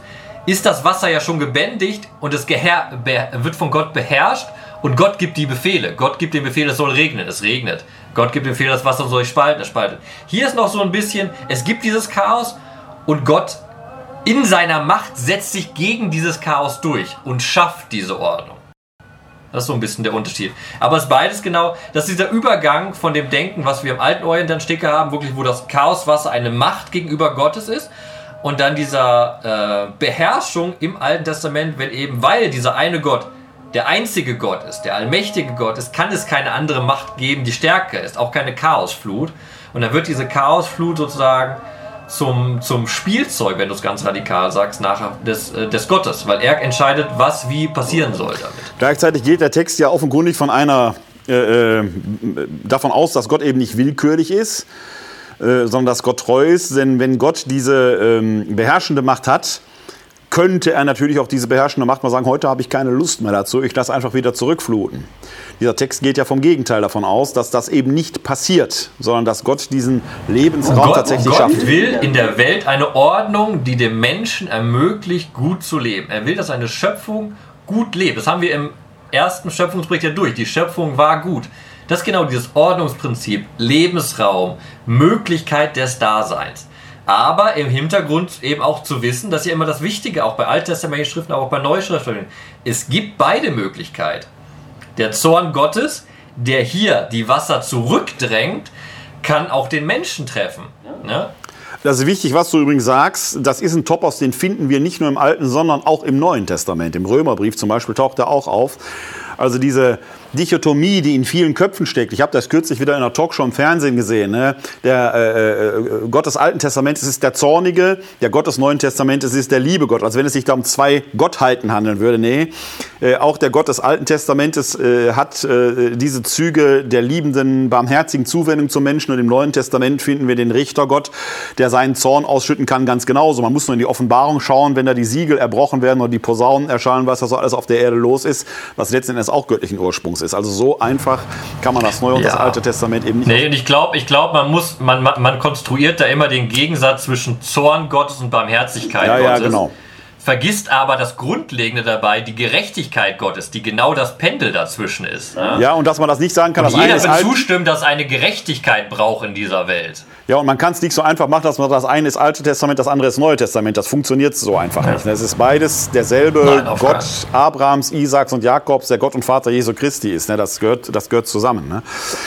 ist das Wasser ja schon gebändigt und es geher- be- wird von Gott beherrscht und Gott gibt die Befehle. Gott gibt den Befehl, es soll regnen, es regnet. Gott gibt den Befehl, das Wasser soll sich spalten, es spaltet. Hier ist noch so ein bisschen, es gibt dieses Chaos und Gott in seiner Macht setzt sich gegen dieses Chaos durch und schafft diese Ordnung. Das ist so ein bisschen der Unterschied. Aber es ist beides genau, dass dieser Übergang von dem Denken, was wir im Alten Orient dann Stücke haben, wirklich wo das Chaoswasser eine Macht gegenüber Gottes ist und dann dieser äh, Beherrschung im Alten Testament, wenn eben, weil dieser eine Gott der einzige Gott ist, der allmächtige Gott ist, kann es keine andere Macht geben, die stärker ist, auch keine Chaosflut. Und dann wird diese Chaosflut sozusagen zum, zum Spielzeug, wenn du es ganz radikal sagst, nachher des, äh, des Gottes, weil er entscheidet, was wie passieren soll damit. Gleichzeitig geht der Text ja offenkundig von einer, äh, davon aus, dass Gott eben nicht willkürlich ist, äh, sondern dass Gott treu ist. Denn wenn Gott diese ähm, beherrschende Macht hat, könnte er natürlich auch diese beherrschende Macht mal sagen, heute habe ich keine Lust mehr dazu, ich lasse einfach wieder zurückfluten. Dieser Text geht ja vom Gegenteil davon aus, dass das eben nicht passiert, sondern dass Gott diesen Lebensraum Gott, tatsächlich Gott schafft. Gott will in der Welt eine Ordnung, die dem Menschen ermöglicht, gut zu leben. Er will, dass eine Schöpfung gut lebt. Das haben wir im ersten Schöpfungsbericht ja durch. Die Schöpfung war gut. Das ist genau dieses Ordnungsprinzip, Lebensraum, Möglichkeit des Daseins. Aber im Hintergrund eben auch zu wissen, dass ja immer das Wichtige, auch bei alttestamentlichen Schriften, aber auch bei Neuschriften, es gibt beide Möglichkeiten. Der Zorn Gottes, der hier die Wasser zurückdrängt, kann auch den Menschen treffen. Ne? Das ist wichtig, was du übrigens sagst. Das ist ein Topos, den finden wir nicht nur im Alten, sondern auch im Neuen Testament. Im Römerbrief zum Beispiel taucht er auch auf. Also diese Dichotomie, die in vielen Köpfen steckt. Ich habe das kürzlich wieder in einer Talkshow im Fernsehen gesehen. Ne? Der äh, äh, Gott des Alten Testamentes ist der Zornige, der Gott des Neuen Testamentes ist der liebe Gott. Als wenn es sich da um zwei Gottheiten handeln würde. Nee, äh, auch der Gott des Alten Testamentes äh, hat äh, diese Züge der liebenden, barmherzigen Zuwendung zum Menschen. Und im Neuen Testament finden wir den Richtergott, der seinen Zorn ausschütten kann, ganz genauso. Man muss nur in die Offenbarung schauen, wenn da die Siegel erbrochen werden oder die Posaunen erschallen, was da so alles auf der Erde los ist, was letztendlich auch göttlichen Ursprungs ist. Also so einfach kann man das Neue und ja. das Alte Testament eben nicht. Nee, und ich glaube, ich glaub, man muss, man, man, man konstruiert da immer den Gegensatz zwischen Zorn Gottes und Barmherzigkeit ja, Gottes. Ja, genau. Vergisst aber das Grundlegende dabei, die Gerechtigkeit Gottes, die genau das Pendel dazwischen ist. Ne? Ja, und dass man das nicht sagen kann, und dass jeder eine wird ist zustimmen, dass eine Gerechtigkeit braucht in dieser Welt. Ja, und man kann es nicht so einfach machen, dass man das eine ist Alte Testament, das andere ist Neue Testament. Das funktioniert so einfach ja. nicht. Es ist beides derselbe Nein, Gott Abrahams, Isaaks und Jakobs, der Gott und Vater Jesu Christi ist. Das gehört, das gehört zusammen.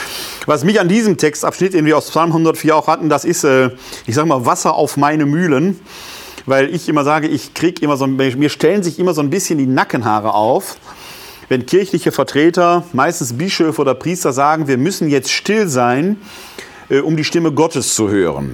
Was mich an diesem Textabschnitt, den wir aus Psalm hundertvier auch hatten, das ist, ich sag mal, Wasser auf meine Mühlen. Weil ich immer sage, ich krieg immer so, mir stellen sich immer so ein bisschen die Nackenhaare auf, wenn kirchliche Vertreter, meistens Bischöfe oder Priester sagen, wir müssen jetzt still sein, äh, um die Stimme Gottes zu hören.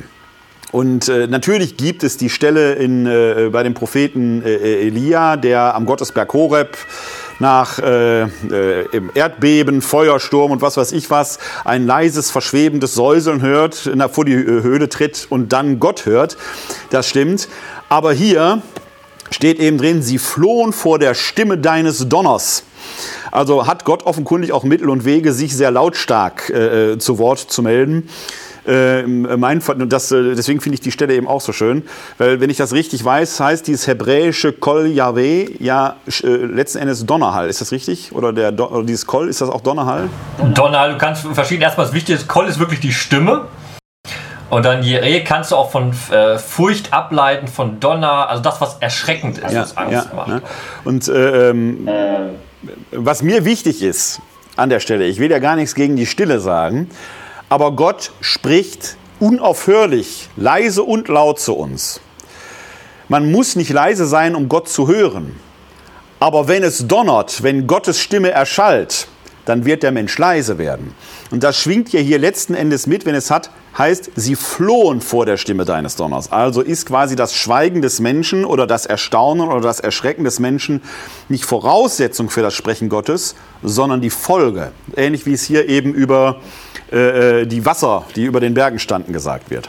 Und äh, natürlich gibt es die Stelle in, äh, bei dem Propheten äh, Elia, der am Gottesberg Horeb nach äh, äh, im Erdbeben, Feuersturm und was weiß ich was, ein leises, verschwebendes Säuseln hört, na, vor die äh, Höhle tritt und dann Gott hört. Das stimmt. Aber hier steht eben drin, sie flohen vor der Stimme deines Donners. Also hat Gott offenkundig auch Mittel und Wege, sich sehr lautstark äh, zu Wort zu melden. Äh, mein, das, deswegen finde ich die Stelle eben auch so schön, weil wenn ich das richtig weiß, heißt dieses hebräische Kol Yahweh ja äh, letzten Endes Donnerhall. Ist das richtig? Oder, der, oder dieses Kol, ist das auch Donnerhall? Donnerhall, du kannst verschieden. Erstmal das Wichtigste, Kol ist wirklich die Stimme. Und dann Jireh kannst du auch von äh, Furcht ableiten, von Donner, also das, was erschreckend ist, ja, was Angst ja, macht. Ne? Und äh, ähm, was mir wichtig ist an der Stelle, ich will ja gar nichts gegen die Stille sagen, aber Gott spricht unaufhörlich, leise und laut zu uns. Man muss nicht leise sein, um Gott zu hören. Aber wenn es donnert, wenn Gottes Stimme erschallt, dann wird der Mensch leise werden. Und das schwingt ja hier letzten Endes mit, wenn es hat, heißt, sie flohen vor der Stimme deines Donners. Also ist quasi das Schweigen des Menschen oder das Erstaunen oder das Erschrecken des Menschen nicht Voraussetzung für das Sprechen Gottes, sondern die Folge. Ähnlich wie es hier eben über äh, die Wasser, die über den Bergen standen, gesagt wird.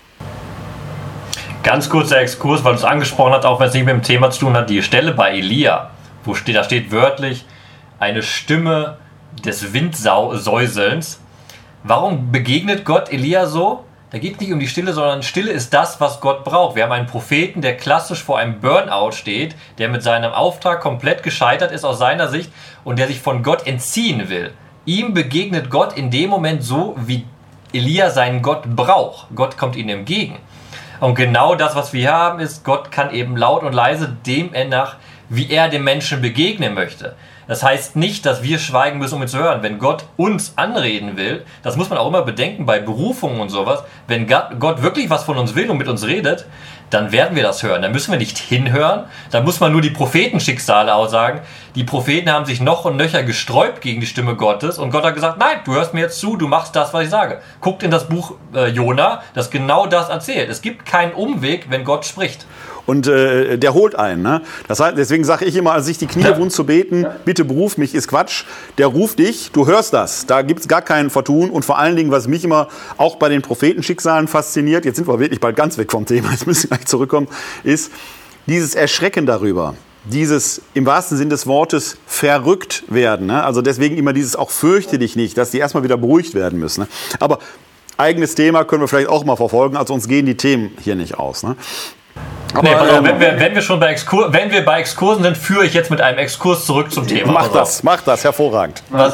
Ganz kurzer Exkurs, weil du es angesprochen hast, auch wenn es nicht mit dem Thema zu tun hat, die Stelle bei Elia, wo steht, da steht wörtlich eine Stimme des Windsäuselns. Warum begegnet Gott Elia so? Da geht es nicht um die Stille, sondern Stille ist das, was Gott braucht. Wir haben einen Propheten, der klassisch vor einem Burnout steht, der mit seinem Auftrag komplett gescheitert ist aus seiner Sicht und der sich von Gott entziehen will. Ihm begegnet Gott in dem Moment so, wie Elia seinen Gott braucht. Gott kommt ihm entgegen. Und genau das, was wir haben, ist, Gott kann eben laut und leise dem nach, wie er dem Menschen begegnen möchte. Das heißt nicht, dass wir schweigen müssen, um ihn zu hören. Wenn Gott uns anreden will, das muss man auch immer bedenken bei Berufungen und sowas, wenn Gott wirklich was von uns will und mit uns redet, dann werden wir das hören. Dann müssen wir nicht hinhören. Dann muss man nur die Prophetenschicksale aussagen. Die Propheten haben sich noch und nöcher gesträubt gegen die Stimme Gottes und Gott hat gesagt, nein, du hörst mir jetzt zu, du machst das, was ich sage. Guckt in das Buch äh, Jona, das genau das erzählt. Es gibt keinen Umweg, wenn Gott spricht. Und äh, der holt einen. Ne? Das heißt, deswegen sage ich immer, als sich die Knie Ja. wund zu beten, bitte beruf mich, ist Quatsch. Der ruft dich, du hörst das. Da gibt es gar kein Vertun. Und vor allen Dingen, was mich immer auch bei den Prophetenschicksalen fasziniert, jetzt sind wir wirklich bald ganz weg vom Thema, jetzt müssen wir gleich zurückkommen, ist dieses Erschrecken darüber. Dieses im wahrsten Sinn des Wortes verrückt werden. Ne? Also deswegen immer dieses auch fürchte dich nicht, dass die erstmal wieder beruhigt werden müssen. Ne? Aber eigenes Thema können wir vielleicht auch mal verfolgen, also uns gehen die Themen hier nicht aus. Ne? Aber, Nee, pass auf, ähm, wenn, wir, wenn wir schon bei, Exkur wenn wir bei Exkursen sind, führe ich jetzt mit einem Exkurs zurück zum Thema. mach Pass das, auf. mach das, hervorragend. Was,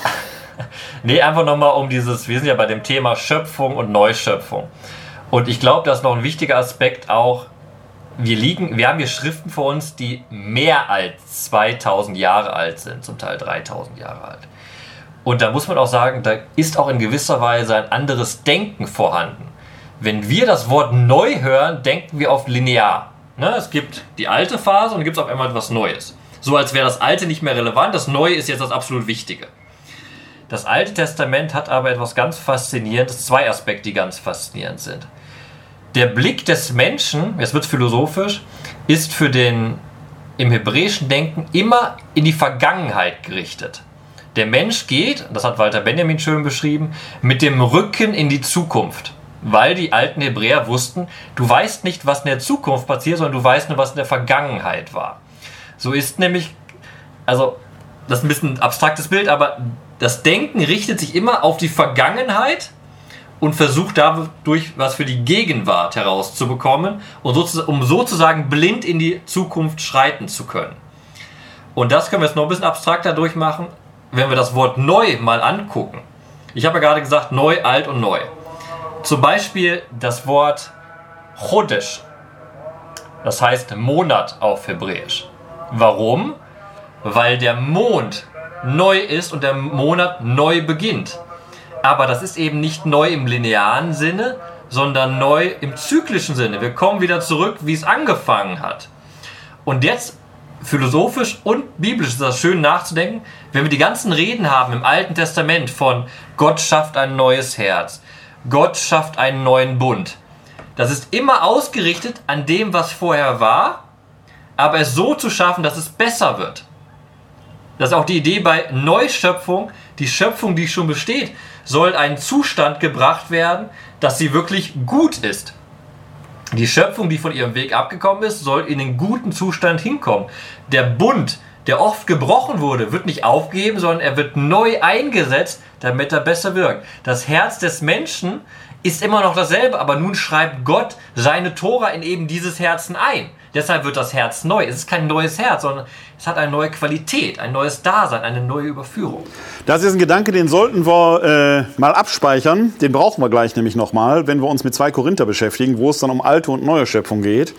nee, einfach nochmal um dieses, wir sind ja bei dem Thema Schöpfung und Neuschöpfung. Und ich glaube, das ist noch ein wichtiger Aspekt auch, wir liegen, wir haben hier Schriften vor uns, die mehr als zweitausend Jahre alt sind, zum Teil dreitausend Jahre alt. Und da muss man auch sagen, da ist auch in gewisser Weise ein anderes Denken vorhanden. Wenn wir das Wort neu hören, denken wir oft linear. Ne? Es gibt die alte Phase und dann gibt es auf einmal etwas Neues. So als wäre das Alte nicht mehr relevant, das Neue ist jetzt das absolut Wichtige. Das Alte Testament hat aber etwas ganz Faszinierendes, zwei Aspekte, die ganz faszinierend sind. Der Blick des Menschen, jetzt wird es philosophisch, ist für den im hebräischen Denken immer in die Vergangenheit gerichtet. Der Mensch geht, das hat Walter Benjamin schön beschrieben, mit dem Rücken in die Zukunft. Weil die alten Hebräer wussten, du weißt nicht, was in der Zukunft passiert, sondern du weißt nur, was in der Vergangenheit war. So ist nämlich, also das ist ein bisschen ein abstraktes Bild, aber das Denken richtet sich immer auf die Vergangenheit und versucht dadurch was für die Gegenwart herauszubekommen, und sozusagen, um sozusagen blind in die Zukunft schreiten zu können. Und das können wir jetzt noch ein bisschen abstrakter durchmachen, wenn wir das Wort neu mal angucken. Ich habe ja gerade gesagt, neu, alt und neu. Zum Beispiel das Wort Chodesh, das heißt Monat auf Hebräisch. Warum? Weil der Mond neu ist und der Monat neu beginnt. Aber das ist eben nicht neu im linearen Sinne, sondern neu im zyklischen Sinne. Wir kommen wieder zurück, wie es angefangen hat. Und jetzt, philosophisch und biblisch ist das schön nachzudenken, wenn wir die ganzen Reden haben im Alten Testament von Gott schafft ein neues Herz, Gott schafft einen neuen Bund. Das ist immer ausgerichtet an dem, was vorher war, aber es so zu schaffen, dass es besser wird. Das ist auch die Idee bei Neuschöpfung. Die Schöpfung, die schon besteht, soll in einen Zustand gebracht werden, dass sie wirklich gut ist. Die Schöpfung, die von ihrem Weg abgekommen ist, soll in den guten Zustand hinkommen. Der Bund, der oft gebrochen wurde, wird nicht aufgegeben, sondern er wird neu eingesetzt, damit er besser wirkt. Das Herz des Menschen ist immer noch dasselbe, aber nun schreibt Gott seine Tora in eben dieses Herzen ein. Deshalb wird das Herz neu. Es ist kein neues Herz, sondern es hat eine neue Qualität, ein neues Dasein, eine neue Überführung. Das ist ein Gedanke, den sollten wir äh, mal abspeichern. Den brauchen wir gleich nämlich nochmal, wenn wir uns mit zwei Korinther beschäftigen, wo es dann um alte und neue Schöpfung geht.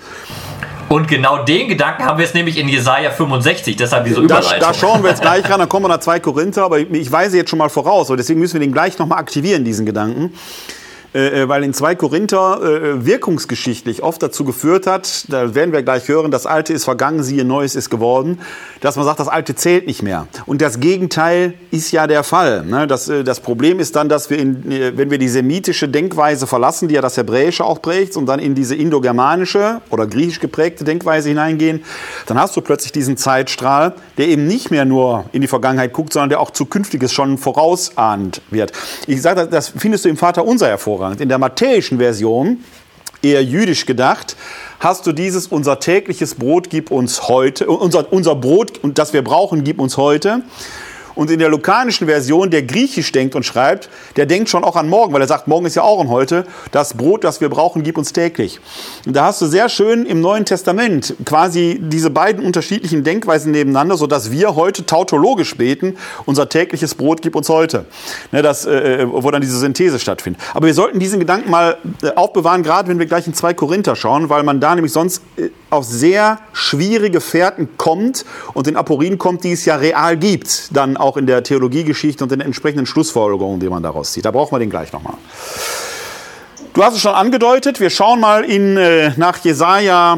Und genau den Gedanken haben wir jetzt nämlich in Jesaja fünfundsechzig, deshalb diese Da, Überleitung. da schauen wir jetzt gleich ran, dann kommen wir nach zwei Korinther, aber ich, ich weise jetzt schon mal voraus, und deswegen müssen wir den gleich nochmal aktivieren, diesen Gedanken. Äh, weil in zwei Korinther äh, wirkungsgeschichtlich oft dazu geführt hat, da werden wir gleich hören, das Alte ist vergangen, siehe, Neues ist geworden, dass man sagt, das Alte zählt nicht mehr. Und das Gegenteil ist ja der Fall. Ne? Das, äh, das Problem ist dann, dass wir, in, äh, wenn wir die semitische Denkweise verlassen, die ja das Hebräische auch prägt, und dann in diese indogermanische oder griechisch geprägte Denkweise hineingehen, dann hast du plötzlich diesen Zeitstrahl, der eben nicht mehr nur in die Vergangenheit guckt, sondern der auch Zukünftiges schon vorausahnt wird. Ich sage, das findest du im Vaterunser hervorragend. In der matthäischen Version, eher jüdisch gedacht, hast du dieses, unser tägliches Brot gib uns heute, unser, unser Brot, und das wir brauchen, gib uns heute. Und in der lukanischen Version, der griechisch denkt und schreibt, der denkt schon auch an morgen, weil er sagt, morgen ist ja auch ein heute. Das Brot, das wir brauchen, gib uns täglich. Und da hast du sehr schön im Neuen Testament quasi diese beiden unterschiedlichen Denkweisen nebeneinander, sodass wir heute tautologisch beten, unser tägliches Brot gib uns heute. Ne, das, äh, wo dann diese Synthese stattfindet. Aber wir sollten diesen Gedanken mal äh, aufbewahren, gerade wenn wir gleich in zwei Korinther schauen, weil man da nämlich sonst äh, auf sehr schwierige Fährten kommt und in Aporien kommt, die es ja real gibt, dann auch in der Theologiegeschichte und in den entsprechenden Schlussfolgerungen, die man daraus zieht. Da brauchen wir den gleich nochmal. Du hast es schon angedeutet, wir schauen mal in, äh, nach Jesaja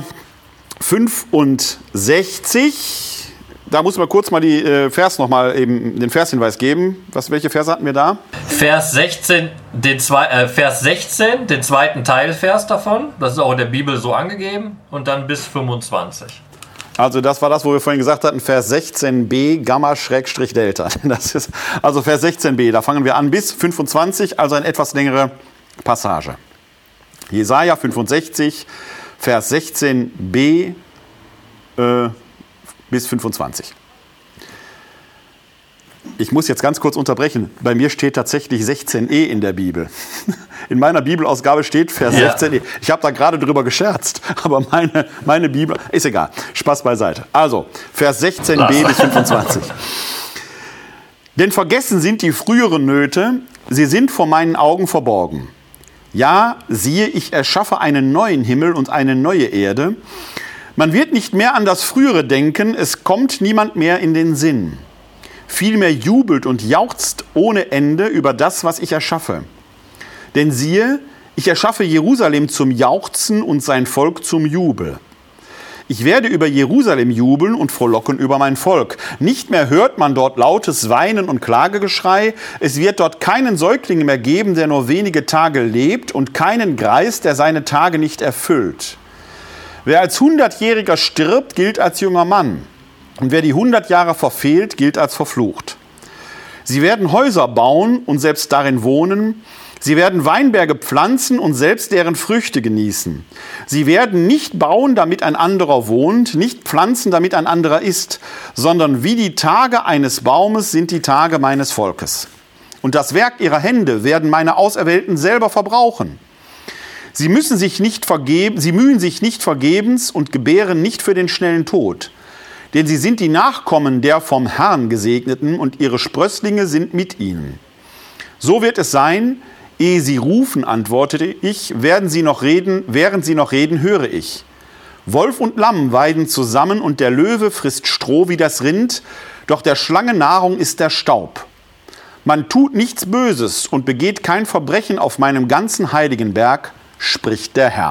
fünfundsechzig. Da muss man kurz mal die äh, Vers noch mal eben den Vershinweis geben. Was, welche Verse hatten wir da? Vers sechzehn, den, zwei, äh, Vers sechzehn, den zweiten Teilvers davon. Das ist auch in der Bibel so angegeben. Und dann bis fünfundzwanzig. Also das war das, wo wir vorhin gesagt hatten, Vers sechzehn b, Gamma, Schrägstrich, Delta. Das ist also Vers sechzehn b, da fangen wir an bis fünfundzwanzig, also eine etwas längere Passage. Jesaja fünfundsechzig, Vers sechzehn b äh, bis fünfundzwanzig. Ich muss jetzt ganz kurz unterbrechen. Bei mir steht tatsächlich sechzehn e in der Bibel. In meiner Bibelausgabe steht Vers ja. sechzehn e. Ich habe da gerade drüber gescherzt, aber meine, meine Bibel, ist egal. Spaß beiseite. Also, Vers sechzehn b bis fünfundzwanzig. Denn vergessen sind die früheren Nöte, sie sind vor meinen Augen verborgen. Ja, siehe, ich erschaffe einen neuen Himmel und eine neue Erde. Man wird nicht mehr an das Frühere denken, es kommt niemand mehr in den Sinn. Vielmehr jubelt und jauchzt ohne Ende über das, was ich erschaffe. Denn siehe, ich erschaffe Jerusalem zum Jauchzen und sein Volk zum Jubel. Ich werde über Jerusalem jubeln und frohlocken über mein Volk. Nicht mehr hört man dort lautes Weinen und Klagegeschrei. Es wird dort keinen Säugling mehr geben, der nur wenige Tage lebt, und keinen Greis, der seine Tage nicht erfüllt. Wer als Hundertjähriger stirbt, gilt als junger Mann. Und wer die hundert Jahre verfehlt, gilt als verflucht. Sie werden Häuser bauen und selbst darin wohnen. Sie werden Weinberge pflanzen und selbst deren Früchte genießen. Sie werden nicht bauen, damit ein anderer wohnt, nicht pflanzen, damit ein anderer isst, sondern wie die Tage eines Baumes sind die Tage meines Volkes. Und das Werk ihrer Hände werden meine Auserwählten selber verbrauchen. Sie müssen sich nicht vergeben, sie mühen sich nicht vergebens und gebären nicht für den schnellen Tod. Denn sie sind die Nachkommen der vom Herrn Gesegneten und ihre Sprösslinge sind mit ihnen. So wird es sein, ehe sie rufen, antwortete ich, werden sie noch reden, während sie noch reden, höre ich. Wolf und Lamm weiden zusammen und der Löwe frisst Stroh wie das Rind, doch der Schlange Nahrung ist der Staub. Man tut nichts Böses und begeht kein Verbrechen auf meinem ganzen heiligen Berg, spricht der Herr.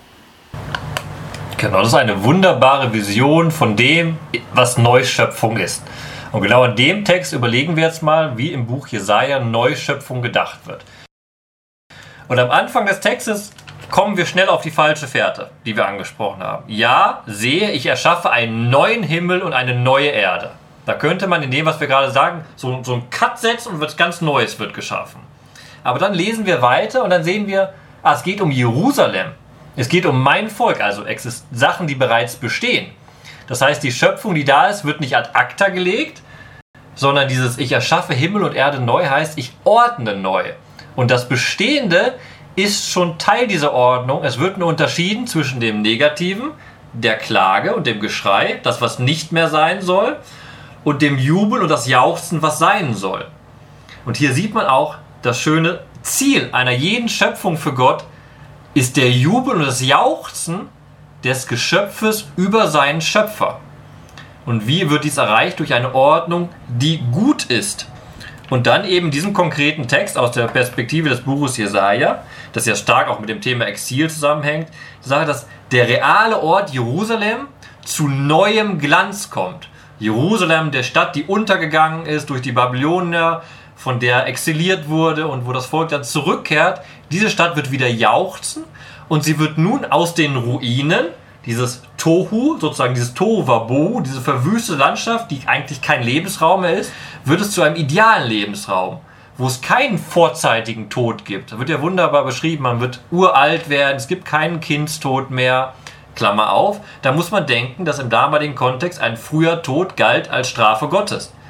Genau, das ist eine wunderbare Vision von dem, was Neuschöpfung ist. Und genau in dem Text überlegen wir jetzt mal, wie im Buch Jesaja Neuschöpfung gedacht wird. Und am Anfang des Textes kommen wir schnell auf die falsche Fährte, die wir angesprochen haben. Ja, sehe, ich erschaffe einen neuen Himmel und eine neue Erde. Da könnte man in dem, was wir gerade sagen, so, so einen Cut setzen und was ganz Neues wird geschaffen. Aber dann lesen wir weiter und dann sehen wir, ah, es geht um Jerusalem. Es geht um mein Volk, also Sachen, die bereits bestehen. Das heißt, die Schöpfung, die da ist, wird nicht ad acta gelegt, sondern dieses Ich erschaffe Himmel und Erde neu heißt, ich ordne neu. Und das Bestehende ist schon Teil dieser Ordnung. Es wird nur unterschieden zwischen dem Negativen, der Klage und dem Geschrei, das was nicht mehr sein soll, und dem Jubel und das Jauchzen, was sein soll. Und hier sieht man auch das schöne Ziel einer jeden Schöpfung für Gott, ist der Jubel und das Jauchzen des Geschöpfes über seinen Schöpfer. Und wie wird dies erreicht? Durch eine Ordnung, die gut ist. Und dann eben diesem konkreten Text aus der Perspektive des Buches Jesaja, das ja stark auch mit dem Thema Exil zusammenhängt, sagt, dass der reale Ort Jerusalem zu neuem Glanz kommt. Jerusalem, der Stadt, die untergegangen ist durch die Babylonier, von der exiliert wurde und wo das Volk dann zurückkehrt, diese Stadt wird wieder jauchzen und sie wird nun aus den Ruinen, dieses Tohu, sozusagen dieses Tohuwabohu, diese verwüstete Landschaft, die eigentlich kein Lebensraum mehr ist, wird es zu einem idealen Lebensraum, wo es keinen vorzeitigen Tod gibt. Da wird ja wunderbar beschrieben, man wird uralt werden, es gibt keinen Kindstod mehr, Klammer auf. Da muss man denken, dass im damaligen Kontext ein früher Tod galt als Strafe Gottes.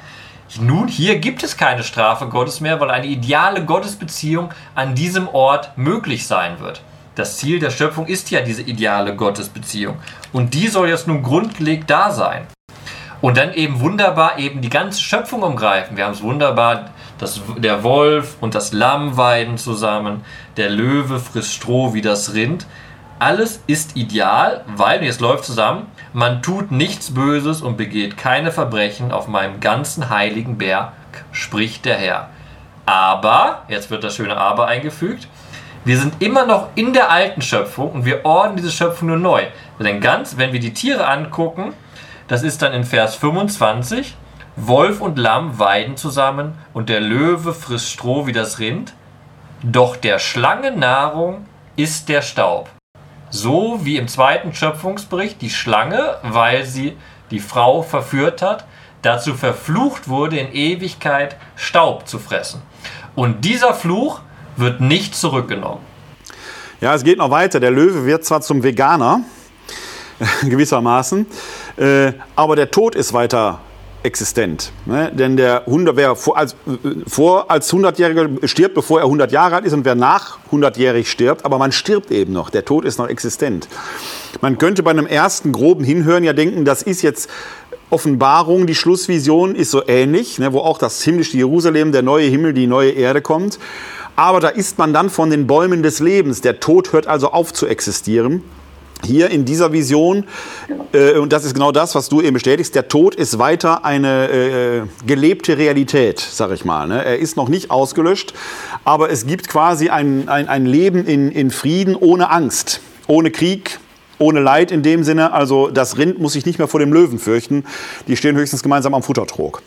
Nun, hier gibt es keine Strafe Gottes mehr, weil eine ideale Gottesbeziehung an diesem Ort möglich sein wird. Das Ziel der Schöpfung ist ja diese ideale Gottesbeziehung. Und die soll jetzt nun grundlegend da sein. Und dann eben wunderbar eben die ganze Schöpfung umgreifen. Wir haben es wunderbar, das, der Wolf und das Lamm weiden zusammen, der Löwe frisst Stroh wie das Rind. Alles ist ideal, weil, jetzt läuft zusammen, man tut nichts Böses und begeht keine Verbrechen auf meinem ganzen heiligen Berg, spricht der Herr. Aber, jetzt wird das schöne Aber eingefügt, wir sind immer noch in der alten Schöpfung und wir ordnen diese Schöpfung nur neu. Denn ganz, wenn wir die Tiere angucken, das ist dann in Vers fünfundzwanzig, Wolf und Lamm weiden zusammen und der Löwe frisst Stroh wie das Rind, doch der Schlange Nahrung ist der Staub. So wie im zweiten Schöpfungsbericht die Schlange, weil sie die Frau verführt hat, dazu verflucht wurde, in Ewigkeit Staub zu fressen. Und dieser Fluch wird nicht zurückgenommen. Ja, es geht noch weiter. Der Löwe wird zwar zum Veganer, gewissermaßen, äh, aber der Tod ist weiter existent. Ne? Denn der hundert, wer vor als, vor als hundertjähriger stirbt, bevor er hundert Jahre alt ist, und wer nach hundertjährig stirbt, aber man stirbt eben noch. Der Tod ist noch existent. Man könnte bei einem ersten groben Hinhören ja denken, das ist jetzt Offenbarung, die Schlussvision ist so ähnlich, ne, wo auch das himmlische Jerusalem, der neue Himmel, die neue Erde kommt. Aber da isst man dann von den Bäumen des Lebens. Der Tod hört also auf zu existieren. Hier in dieser Vision, äh, und das ist genau das, was du eben bestätigst, der Tod ist weiter eine äh, gelebte Realität, sag ich mal. Ne? Er ist noch nicht ausgelöscht, aber es gibt quasi ein, ein, ein Leben in, in Frieden ohne Angst, ohne Krieg, ohne Leid in dem Sinne. Also das Rind muss sich nicht mehr vor dem Löwen fürchten. Die stehen höchstens gemeinsam am Futtertrog.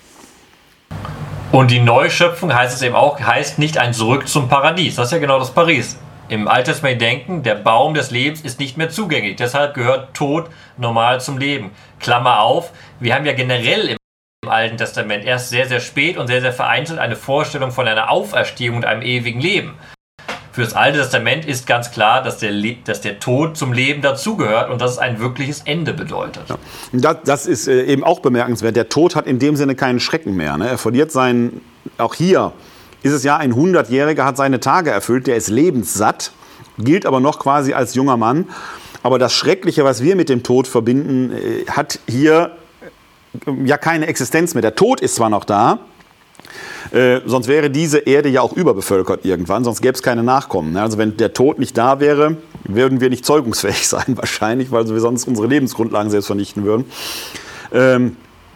Und die Neuschöpfung, heißt es eben auch, heißt nicht ein Zurück zum Paradies. Das ist ja genau das Paris. Im Alttestament denken, der Baum des Lebens ist nicht mehr zugänglich. Deshalb gehört Tod normal zum Leben. Klammer auf, wir haben ja generell im Alten Testament erst sehr, sehr spät und sehr, sehr vereinzelt eine Vorstellung von einer Auferstehung und einem ewigen Leben. Für das Alte Testament ist ganz klar, dass der, Le- dass der Tod zum Leben dazugehört und dass es ein wirkliches Ende bedeutet. Ja. Das, das ist äh, eben auch bemerkenswert. Der Tod hat in dem Sinne keinen Schrecken mehr. Ne? Er verliert seinen, auch hier ist es ja, ein hundertjähriger hat seine Tage erfüllt, der ist lebenssatt, gilt aber noch quasi als junger Mann. Aber das Schreckliche, was wir mit dem Tod verbinden, äh, hat hier äh, ja keine Existenz mehr. Der Tod ist zwar noch da, Äh, sonst wäre diese Erde ja auch überbevölkert irgendwann, sonst gäbe es keine Nachkommen. Also wenn der Tod nicht da wäre, würden wir nicht zeugungsfähig sein wahrscheinlich, weil wir sonst unsere Lebensgrundlagen selbst vernichten würden. Ähm,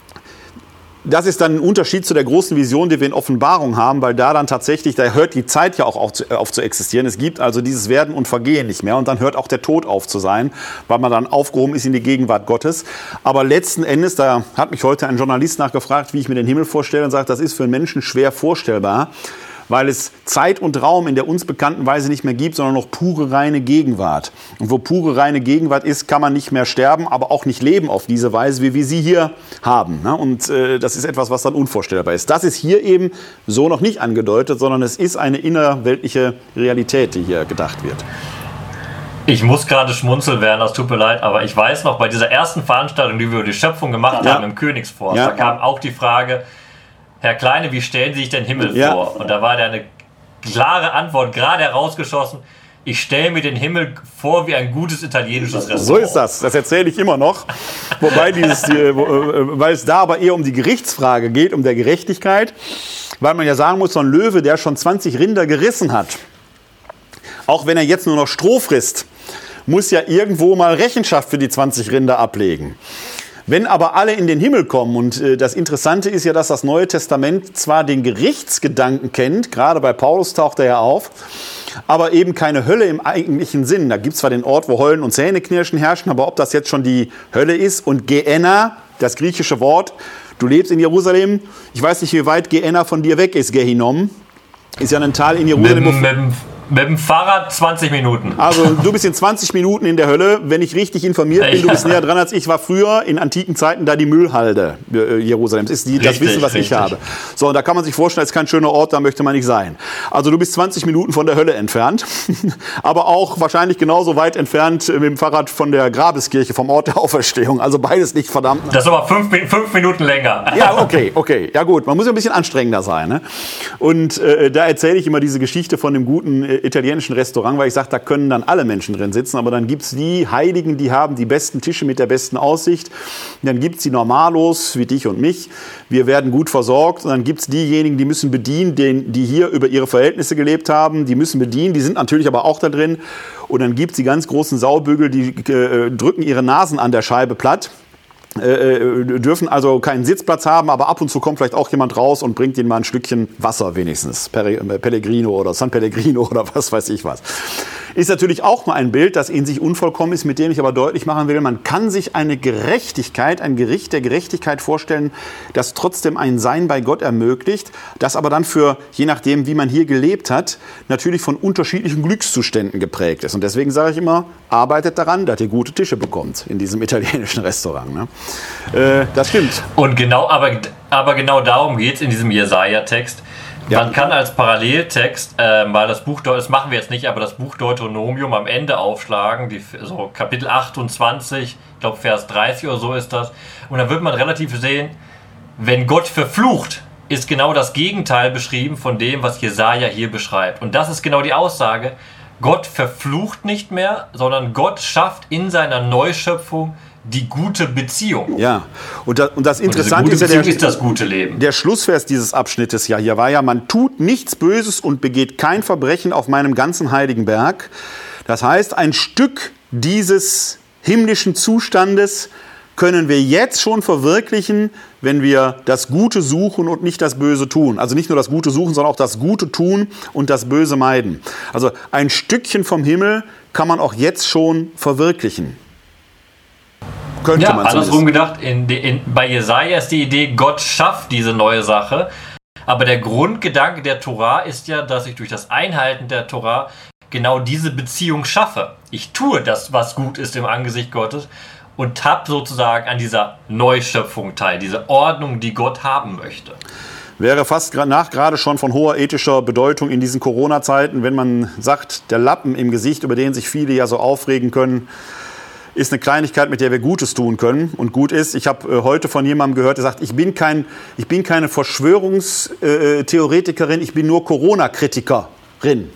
das ist dann ein Unterschied zu der großen Vision, die wir in Offenbarung haben, weil da dann tatsächlich, da hört die Zeit ja auch auf zu, auf zu existieren. Es gibt also dieses Werden und Vergehen nicht mehr und dann hört auch der Tod auf zu sein, weil man dann aufgehoben ist in die Gegenwart Gottes. Aber letzten Endes, da hat mich heute ein Journalist nachgefragt, wie ich mir den Himmel vorstelle, und sagt, das ist für einen Menschen schwer vorstellbar, weil es Zeit und Raum in der uns bekannten Weise nicht mehr gibt, sondern noch pure, reine Gegenwart. Und wo pure, reine Gegenwart ist, kann man nicht mehr sterben, aber auch nicht leben auf diese Weise, wie wir sie hier haben. Und äh, das ist etwas, was dann unvorstellbar ist. Das ist hier eben so noch nicht angedeutet, sondern es ist eine innerweltliche Realität, die hier gedacht wird. Ich muss gerade schmunzeln, Werner, es tut mir leid, aber ich weiß noch, bei dieser ersten Veranstaltung, die wir über die Schöpfung gemacht ja. haben im Königsforst, ja. da kam auch die Frage, Herr Kleine, wie stellen Sie sich den Himmel ja. vor? Und da war da eine klare Antwort, gerade herausgeschossen, ich stelle mir den Himmel vor wie ein gutes italienisches Restaurant. So ist das, das erzähle ich immer noch. Wobei dieses, weil es da aber eher um die Gerichtsfrage geht, um der Gerechtigkeit, weil man ja sagen muss, so ein Löwe, der schon zwanzig Rinder gerissen hat, auch wenn er jetzt nur noch Stroh frisst, muss ja irgendwo mal Rechenschaft für die zwanzig Rinder ablegen. Wenn aber alle in den Himmel kommen, und äh, das Interessante ist ja, dass das Neue Testament zwar den Gerichtsgedanken kennt, gerade bei Paulus taucht er ja auf, aber eben keine Hölle im eigentlichen Sinn. Da gibt es zwar den Ort, wo Heulen und Zähneknirschen herrschen, aber ob das jetzt schon die Hölle ist und Gehenna, das griechische Wort, du lebst in Jerusalem, ich weiß nicht, wie weit Gehenna von dir weg ist, Gehinnom, ist ja ein Tal in Jerusalem. Mit, mit, Mit dem Fahrrad zwanzig Minuten. Also du bist in zwanzig Minuten in der Hölle, wenn ich richtig informiert bin. Du bist näher dran als ich. War früher in antiken Zeiten da die Müllhalde äh, Jerusalems. Ist die, richtig, das Wissen, was richtig. ich habe. So, und da kann man sich vorstellen, das ist kein schöner Ort, da möchte man nicht sein. Also du bist zwanzig Minuten von der Hölle entfernt. Aber auch wahrscheinlich genauso weit entfernt mit dem Fahrrad von der Grabeskirche, vom Ort der Auferstehung. Also beides nicht verdammt. Das ist aber fünf, fünf Minuten länger. Ja, okay, okay. Ja gut, man muss ja ein bisschen anstrengender sein. Ne? Und äh, da erzähle ich immer diese Geschichte von dem guten äh, italienischen Restaurant, weil ich sage, da können dann alle Menschen drin sitzen, aber dann gibt es die Heiligen, die haben die besten Tische mit der besten Aussicht. Und dann gibt es die Normalos, wie dich und mich. Wir werden gut versorgt. Und dann gibt es diejenigen, die müssen bedienen, den, die hier über ihre Verhältnisse gelebt haben. Die müssen bedienen, die sind natürlich aber auch da drin. Und dann gibt es die ganz großen Saubügel, die äh, drücken ihre Nasen an der Scheibe platt. Äh, dürfen also keinen Sitzplatz haben, aber ab und zu kommt vielleicht auch jemand raus und bringt ihnen mal ein Stückchen Wasser wenigstens. Pellegrino oder San Pellegrino oder was weiß ich was. Ist natürlich auch mal ein Bild, das in sich unvollkommen ist, mit dem ich aber deutlich machen will, man kann sich eine Gerechtigkeit, ein Gericht der Gerechtigkeit vorstellen, das trotzdem ein Sein bei Gott ermöglicht, das aber dann für, je nachdem, wie man hier gelebt hat, natürlich von unterschiedlichen Glückszuständen geprägt ist. Und deswegen sage ich immer, arbeitet daran, dass ihr gute Tische bekommt in diesem italienischen Restaurant. Ne? Äh, das stimmt. Und genau, aber, aber genau darum geht es in diesem Jesaja-Text. Ja. Man kann als Paralleltext äh, mal das Buch, das machen wir jetzt nicht, aber das Buch Deuteronomium am Ende aufschlagen, die, so Kapitel achtundzwanzig, ich glaube Vers dreißig oder so ist das. Und dann wird man relativ sehen, wenn Gott verflucht, ist genau das Gegenteil beschrieben von dem, was Jesaja hier beschreibt. Und das ist genau die Aussage, Gott verflucht nicht mehr, sondern Gott schafft in seiner Neuschöpfung die gute Beziehung. Ja, und das, und das Interessante ist ja der, ist das gute Leben. Der Schlussvers dieses Abschnittes ja hier war ja, man tut nichts Böses und begeht kein Verbrechen auf meinem ganzen heiligen Berg. Das heißt, ein Stück dieses himmlischen Zustandes können wir jetzt schon verwirklichen, wenn wir das Gute suchen und nicht das Böse tun. Also nicht nur das Gute suchen, sondern auch das Gute tun und das Böse meiden. Also ein Stückchen vom Himmel kann man auch jetzt schon verwirklichen. Könnte ja, man andersrum gedacht, in, in, bei Jesaja ist die Idee, Gott schafft diese neue Sache. Aber der Grundgedanke der Torah ist ja, dass ich durch das Einhalten der Torah genau diese Beziehung schaffe. Ich tue das, was gut ist im Angesicht Gottes und habe sozusagen an dieser Neuschöpfung teil, diese Ordnung, die Gott haben möchte. Wäre fast nach gerade schon von hoher ethischer Bedeutung in diesen Corona-Zeiten, wenn man sagt, der Lappen im Gesicht, über den sich viele ja so aufregen können, ist eine Kleinigkeit, mit der wir Gutes tun können. Und gut ist, ich habe äh, heute von jemandem gehört, der sagt, ich bin, kein, ich bin keine Verschwörungstheoretikerin, ich bin nur Corona-Kritikerin.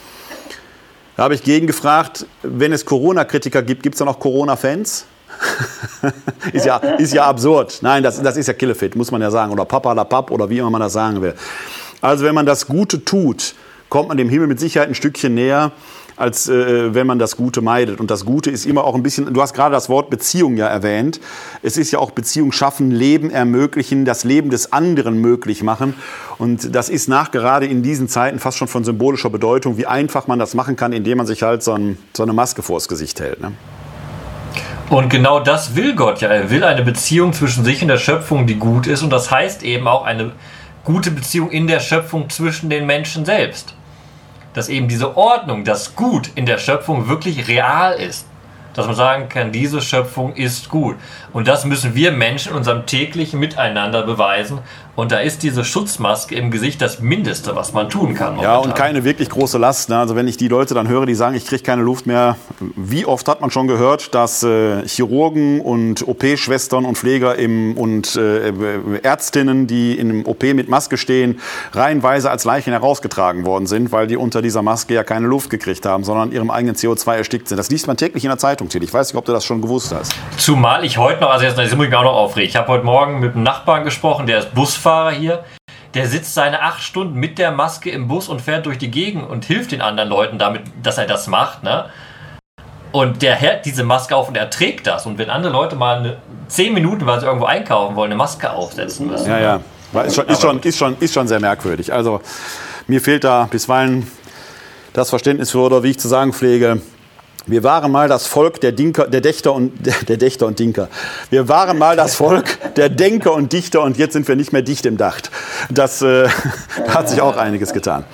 Da habe ich gegengefragt, wenn es Corona-Kritiker gibt, gibt es dann auch Corona-Fans? ist, ja, ist ja absurd. Nein, das, das ist ja Killefit, muss man ja sagen. Oder Papa la Papp oder wie immer man das sagen will. Also wenn man das Gute tut, kommt man dem Himmel mit Sicherheit ein Stückchen näher, als äh, wenn man das Gute meidet. Und das Gute ist immer auch ein bisschen, du hast gerade das Wort Beziehung ja erwähnt. Es ist ja auch Beziehung schaffen, Leben ermöglichen, das Leben des anderen möglich machen. Und das ist nachgerade in diesen Zeiten fast schon von symbolischer Bedeutung, wie einfach man das machen kann, indem man sich halt so, ein, so eine Maske vors Gesicht hält. Ne? Und genau das will Gott ja. Er will eine Beziehung zwischen sich und der Schöpfung, die gut ist. Und das heißt eben auch eine gute Beziehung in der Schöpfung zwischen den Menschen selbst. Dass eben diese Ordnung, das Gut in der Schöpfung wirklich real ist. Dass man sagen kann, diese Schöpfung ist gut. Und das müssen wir Menschen in unserem täglichen Miteinander beweisen. Und da ist diese Schutzmaske im Gesicht das Mindeste, was man tun kann. Ja, und keine wirklich große Last. Ne? Also wenn ich die Leute dann höre, die sagen, ich kriege keine Luft mehr. Wie oft hat man schon gehört, dass äh, Chirurgen und O P-Schwestern und Pfleger im, und äh, Ärztinnen, die in einem O P mit Maske stehen, reihenweise als Leichen herausgetragen worden sind, weil die unter dieser Maske ja keine Luft gekriegt haben, sondern an ihrem eigenen C O zwei erstickt sind. Das liest man täglich in der Zeitung. Ich weiß nicht, ob du das schon gewusst hast. Zumal ich heute noch, also jetzt, jetzt muss ich mich auch noch aufregen. Ich habe heute Morgen mit einem Nachbarn gesprochen, der ist Busfahrer hier. Der sitzt seine acht Stunden mit der Maske im Bus und fährt durch die Gegend und hilft den anderen Leuten damit, dass er das macht. Ne? Und der hält diese Maske auf und er trägt das. Und wenn andere Leute mal eine, zehn Minuten, weil sie irgendwo einkaufen wollen, eine Maske aufsetzen müssen. Ja, ja. Ist schon, ist schon, ist schon, ist schon sehr merkwürdig. Also mir fehlt da bisweilen das Verständnis für, oder wie ich zu sagen pflege, wir waren mal das Volk der Dinker, der Dächter und der, der Dächter und Dinker. Wir waren mal das Volk der Denker und Dichter und jetzt sind wir nicht mehr dicht im Dacht. Das äh, hat sich auch einiges getan.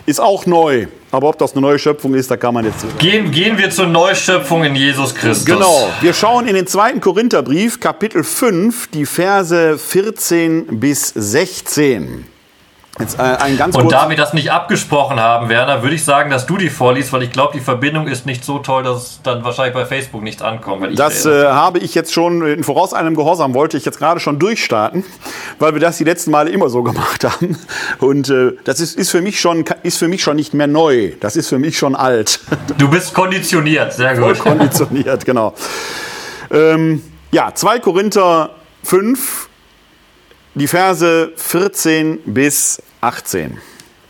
ist auch neu. Aber ob das eine neue Schöpfung ist, da kann man jetzt... Gehen, gehen wir zur Neuschöpfung in Jesus Christus. Genau. Wir schauen in den zweiten Korintherbrief, Kapitel fünf, die Verse vierzehn bis sechzehn. Jetzt, äh, ein ganz Und kurz da wir das nicht abgesprochen haben, Werner, würde ich sagen, dass du die vorliest, weil ich glaube, die Verbindung ist nicht so toll, dass es dann wahrscheinlich bei Facebook nichts ankommt. Wenn ich Das äh, habe ich jetzt schon in vorauseilendem Gehorsam, wollte ich jetzt gerade schon durchstarten, weil wir das die letzten Male immer so gemacht haben. Und äh, das ist, ist, für mich schon, ist für mich schon nicht mehr neu. Das ist für mich schon alt. Du bist konditioniert, sehr gut. Voll konditioniert, genau. Ähm, ja, zweiter Korinther fünf, die Verse vierzehn bis achtzehn.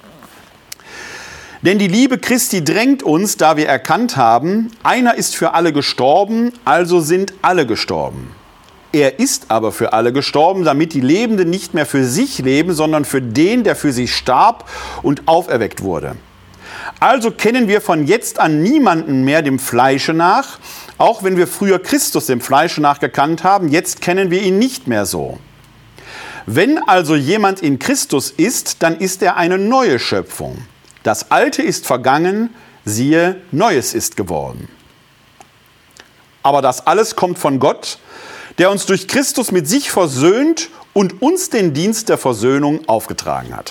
Denn die Liebe Christi drängt uns, da wir erkannt haben, einer ist für alle gestorben, also sind alle gestorben. Er ist aber für alle gestorben, damit die Lebenden nicht mehr für sich leben, sondern für den, der für sie starb und auferweckt wurde. Also kennen wir von jetzt an niemanden mehr dem Fleische nach, auch wenn wir früher Christus dem Fleische nach gekannt haben, jetzt kennen wir ihn nicht mehr so. Wenn also jemand in Christus ist, dann ist er eine neue Schöpfung. Das Alte ist vergangen, siehe, Neues ist geworden. Aber das alles kommt von Gott, der uns durch Christus mit sich versöhnt und uns den Dienst der Versöhnung aufgetragen hat.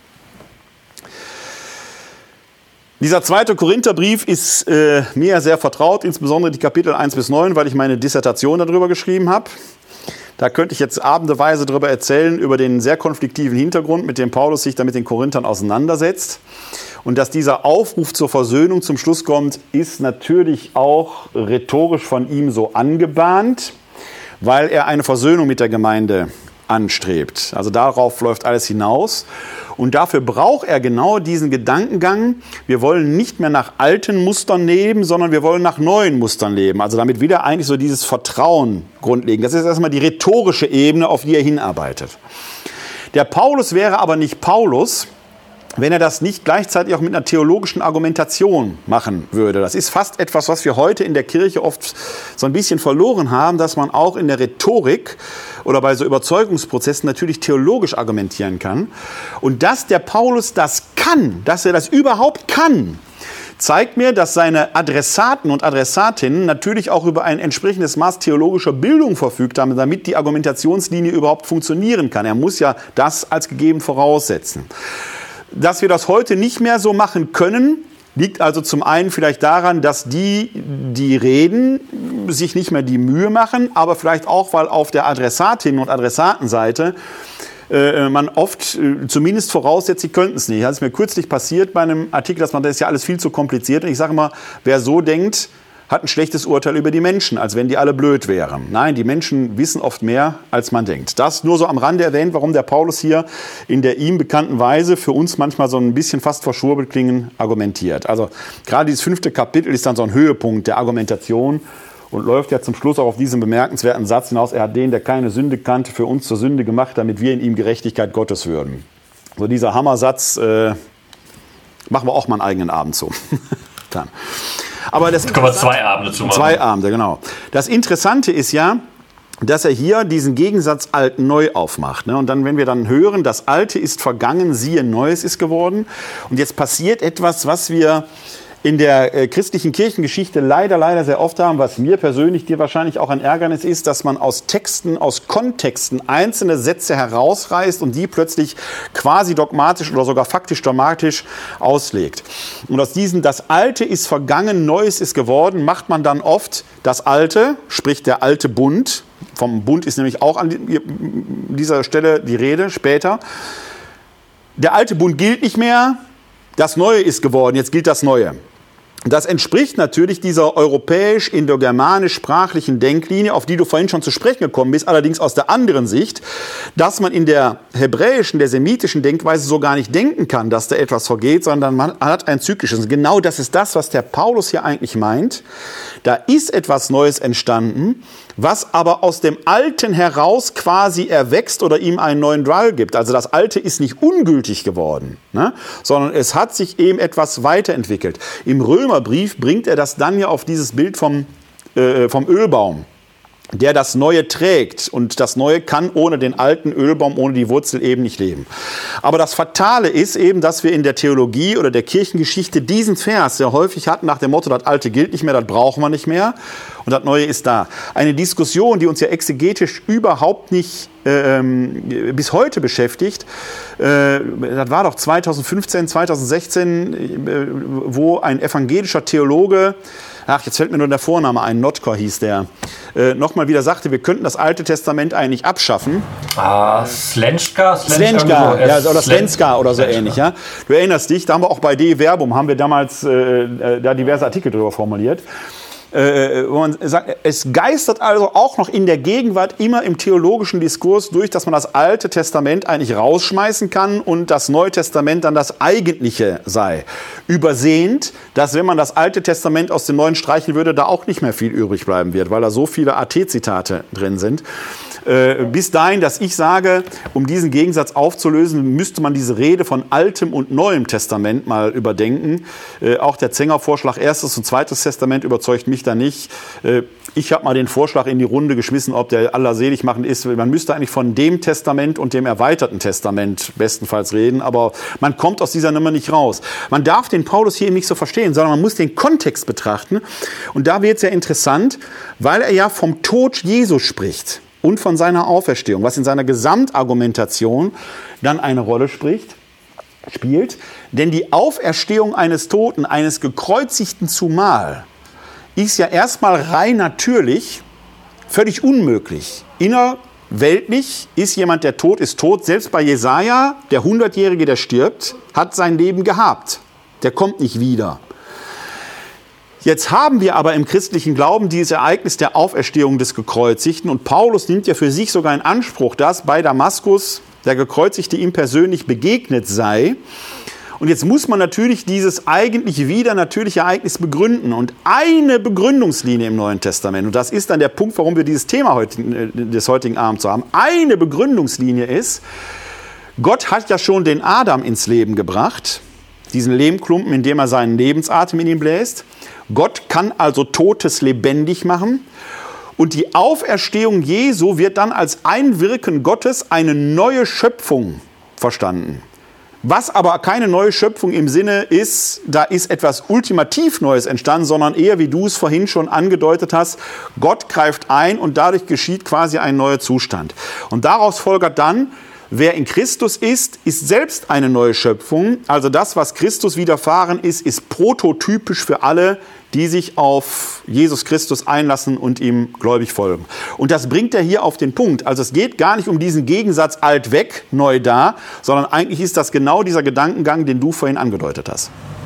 Dieser zweite Korintherbrief ist äh, mir sehr vertraut, insbesondere die Kapitel eins bis neun, weil ich meine Dissertation darüber geschrieben habe. Da könnte ich jetzt abendeweise darüber erzählen, über den sehr konfliktiven Hintergrund, mit dem Paulus sich da mit den Korinthern auseinandersetzt. Und dass dieser Aufruf zur Versöhnung zum Schluss kommt, ist natürlich auch rhetorisch von ihm so angebahnt, weil er eine Versöhnung mit der Gemeinde anstrebt. Also darauf läuft alles hinaus. Und dafür braucht er genau diesen Gedankengang, wir wollen nicht mehr nach alten Mustern leben, sondern wir wollen nach neuen Mustern leben. Also damit will er eigentlich so dieses Vertrauen grundlegen. Das ist erstmal die rhetorische Ebene, auf die er hinarbeitet. Der Paulus wäre aber nicht Paulus, wenn er das nicht gleichzeitig auch mit einer theologischen Argumentation machen würde. Das ist fast etwas, was wir heute in der Kirche oft so ein bisschen verloren haben, dass man auch in der Rhetorik oder bei so Überzeugungsprozessen natürlich theologisch argumentieren kann. Und dass der Paulus das kann, dass er das überhaupt kann, zeigt mir, dass seine Adressaten und Adressatinnen natürlich auch über ein entsprechendes Maß theologischer Bildung verfügt haben, damit die Argumentationslinie überhaupt funktionieren kann. Er muss ja das als gegeben voraussetzen. Dass wir das heute nicht mehr so machen können, liegt also zum einen vielleicht daran, dass die, die reden, sich nicht mehr die Mühe machen, aber vielleicht auch, weil auf der Adressatinnen- und Adressatenseite äh, man oft äh, zumindest voraussetzt, sie könnten es nicht. Das ist mir kürzlich passiert bei einem Artikel, dass man, das ist ja alles viel zu kompliziert. Und ich sage immer, wer so denkt, hat ein schlechtes Urteil über die Menschen, als wenn die alle blöd wären. Nein, die Menschen wissen oft mehr, als man denkt. Das nur so am Rande erwähnt, warum der Paulus hier in der ihm bekannten Weise für uns manchmal so ein bisschen fast verschwurbelt klingen argumentiert. Also gerade dieses fünfte Kapitel ist dann so ein Höhepunkt der Argumentation und läuft ja zum Schluss auch auf diesen bemerkenswerten Satz hinaus, er hat den, der keine Sünde kannte, für uns zur Sünde gemacht, damit wir in ihm Gerechtigkeit Gottes würden. So dieser Hammersatz, äh, machen wir auch mal einen eigenen Abend zu. Dann. Aber das können wir zwei Abende zu machen. Zwei Abende, genau. Das Interessante ist ja, dass er hier diesen Gegensatz alt-neu aufmacht. Ne? Und dann, wenn wir dann hören, das Alte ist vergangen, siehe, Neues ist geworden. Und jetzt passiert etwas, was wir in der äh, christlichen Kirchengeschichte leider, leider sehr oft haben, was mir persönlich dir wahrscheinlich auch ein Ärgernis ist, dass man aus Texten, aus Kontexten einzelne Sätze herausreißt und die plötzlich quasi dogmatisch oder sogar faktisch dogmatisch auslegt. Und aus diesem, das Alte ist vergangen, Neues ist geworden, macht man dann oft das Alte, sprich der alte Bund. Vom Bund ist nämlich auch an dieser Stelle die Rede später. Der alte Bund gilt nicht mehr, das Neue ist geworden, jetzt gilt das Neue. Das entspricht natürlich dieser europäisch-indogermanisch-sprachlichen Denklinie, auf die du vorhin schon zu sprechen gekommen bist, allerdings aus der anderen Sicht, dass man in der hebräischen, der semitischen Denkweise so gar nicht denken kann, dass da etwas vergeht, sondern man hat ein zyklisches. Genau das ist das, was der Paulus hier eigentlich meint. Da ist etwas Neues entstanden, was aber aus dem Alten heraus quasi erwächst oder ihm einen neuen Drive gibt. Also das Alte ist nicht ungültig geworden, ne? Sondern es hat sich eben etwas weiterentwickelt. Im Römerbrief bringt er das dann ja auf dieses Bild vom, äh, vom Ölbaum. der das Neue trägt. Und das Neue kann ohne den alten Ölbaum, ohne die Wurzel eben nicht leben. Aber das Fatale ist eben, dass wir in der Theologie oder der Kirchengeschichte diesen Vers sehr häufig hatten nach dem Motto, das Alte gilt nicht mehr, das brauchen wir nicht mehr und das Neue ist da. Eine Diskussion, die uns ja exegetisch überhaupt nicht ähm, bis heute beschäftigt. Äh, das war doch zweitausendfünfzehn, zweitausendsechzehn, äh, wo ein evangelischer Theologe, ach, jetzt fällt mir nur der Vorname ein, Notker hieß der, äh, nochmal wieder sagte, wir könnten das Alte Testament eigentlich abschaffen. Ah, Slenska? Slenska, ja, oder Slenska oder so Slenska. ähnlich. Ja. Du erinnerst dich, da haben wir auch bei De Verbum, haben wir damals äh, da diverse Artikel darüber formuliert. Äh, wo man sagt, es geistert also auch noch in der Gegenwart immer im theologischen Diskurs durch, dass man das Alte Testament eigentlich rausschmeißen kann und das Neue Testament dann das Eigentliche sei. Übersehend, dass wenn man das Alte Testament aus dem Neuen streichen würde, da auch nicht mehr viel übrig bleiben wird, weil da so viele A T-Zitate drin sind. Äh, bis dahin, dass ich sage, um diesen Gegensatz aufzulösen, müsste man diese Rede von Altem und Neuem Testament mal überdenken. Äh, auch der Zenger-Vorschlag Erstes und Zweites Testament überzeugt mich da nicht. Äh, ich habe mal den Vorschlag in die Runde geschmissen, ob der allerselig machen ist. Man müsste eigentlich von dem Testament und dem erweiterten Testament bestenfalls reden, aber man kommt aus dieser Nummer nicht raus. Man darf den Paulus hier nicht so verstehen, sondern man muss den Kontext betrachten. Und da wird es ja interessant, weil er ja vom Tod Jesu spricht und von seiner Auferstehung, was in seiner Gesamtargumentation dann eine Rolle spricht, spielt. Denn die Auferstehung eines Toten, eines Gekreuzigten zumal, ist ja erstmal rein natürlich völlig unmöglich. Innerweltlich ist jemand, der tot ist, tot. Selbst bei Jesaja, der hundertjährige, der stirbt, hat sein Leben gehabt. Der kommt nicht wieder. Jetzt haben wir aber im christlichen Glauben dieses Ereignis der Auferstehung des Gekreuzigten. Und Paulus nimmt ja für sich sogar in Anspruch, dass bei Damaskus der Gekreuzigte ihm persönlich begegnet sei. Und jetzt muss man natürlich dieses eigentlich wieder natürliche Ereignis begründen. Und eine Begründungslinie im Neuen Testament, und das ist dann der Punkt, warum wir dieses Thema heute, des heutigen Abends haben, eine Begründungslinie ist, Gott hat ja schon den Adam ins Leben gebracht, diesen Lehmklumpen, indem er seinen Lebensatem in ihn bläst. Gott kann also Totes lebendig machen. Und die Auferstehung Jesu wird dann als Einwirken Gottes eine neue Schöpfung verstanden. Was aber keine neue Schöpfung im Sinne ist, da ist etwas ultimativ Neues entstanden, sondern eher, wie du es vorhin schon angedeutet hast, Gott greift ein und dadurch geschieht quasi ein neuer Zustand. Und daraus folgert dann, wer in Christus ist, ist selbst eine neue Schöpfung. Also das, was Christus widerfahren ist, ist prototypisch für alle, die sich auf Jesus Christus einlassen und ihm gläubig folgen. Und das bringt er hier auf den Punkt. Also es geht gar nicht um diesen Gegensatz alt weg, neu da, sondern eigentlich ist das genau dieser Gedankengang, den du vorhin angedeutet hast.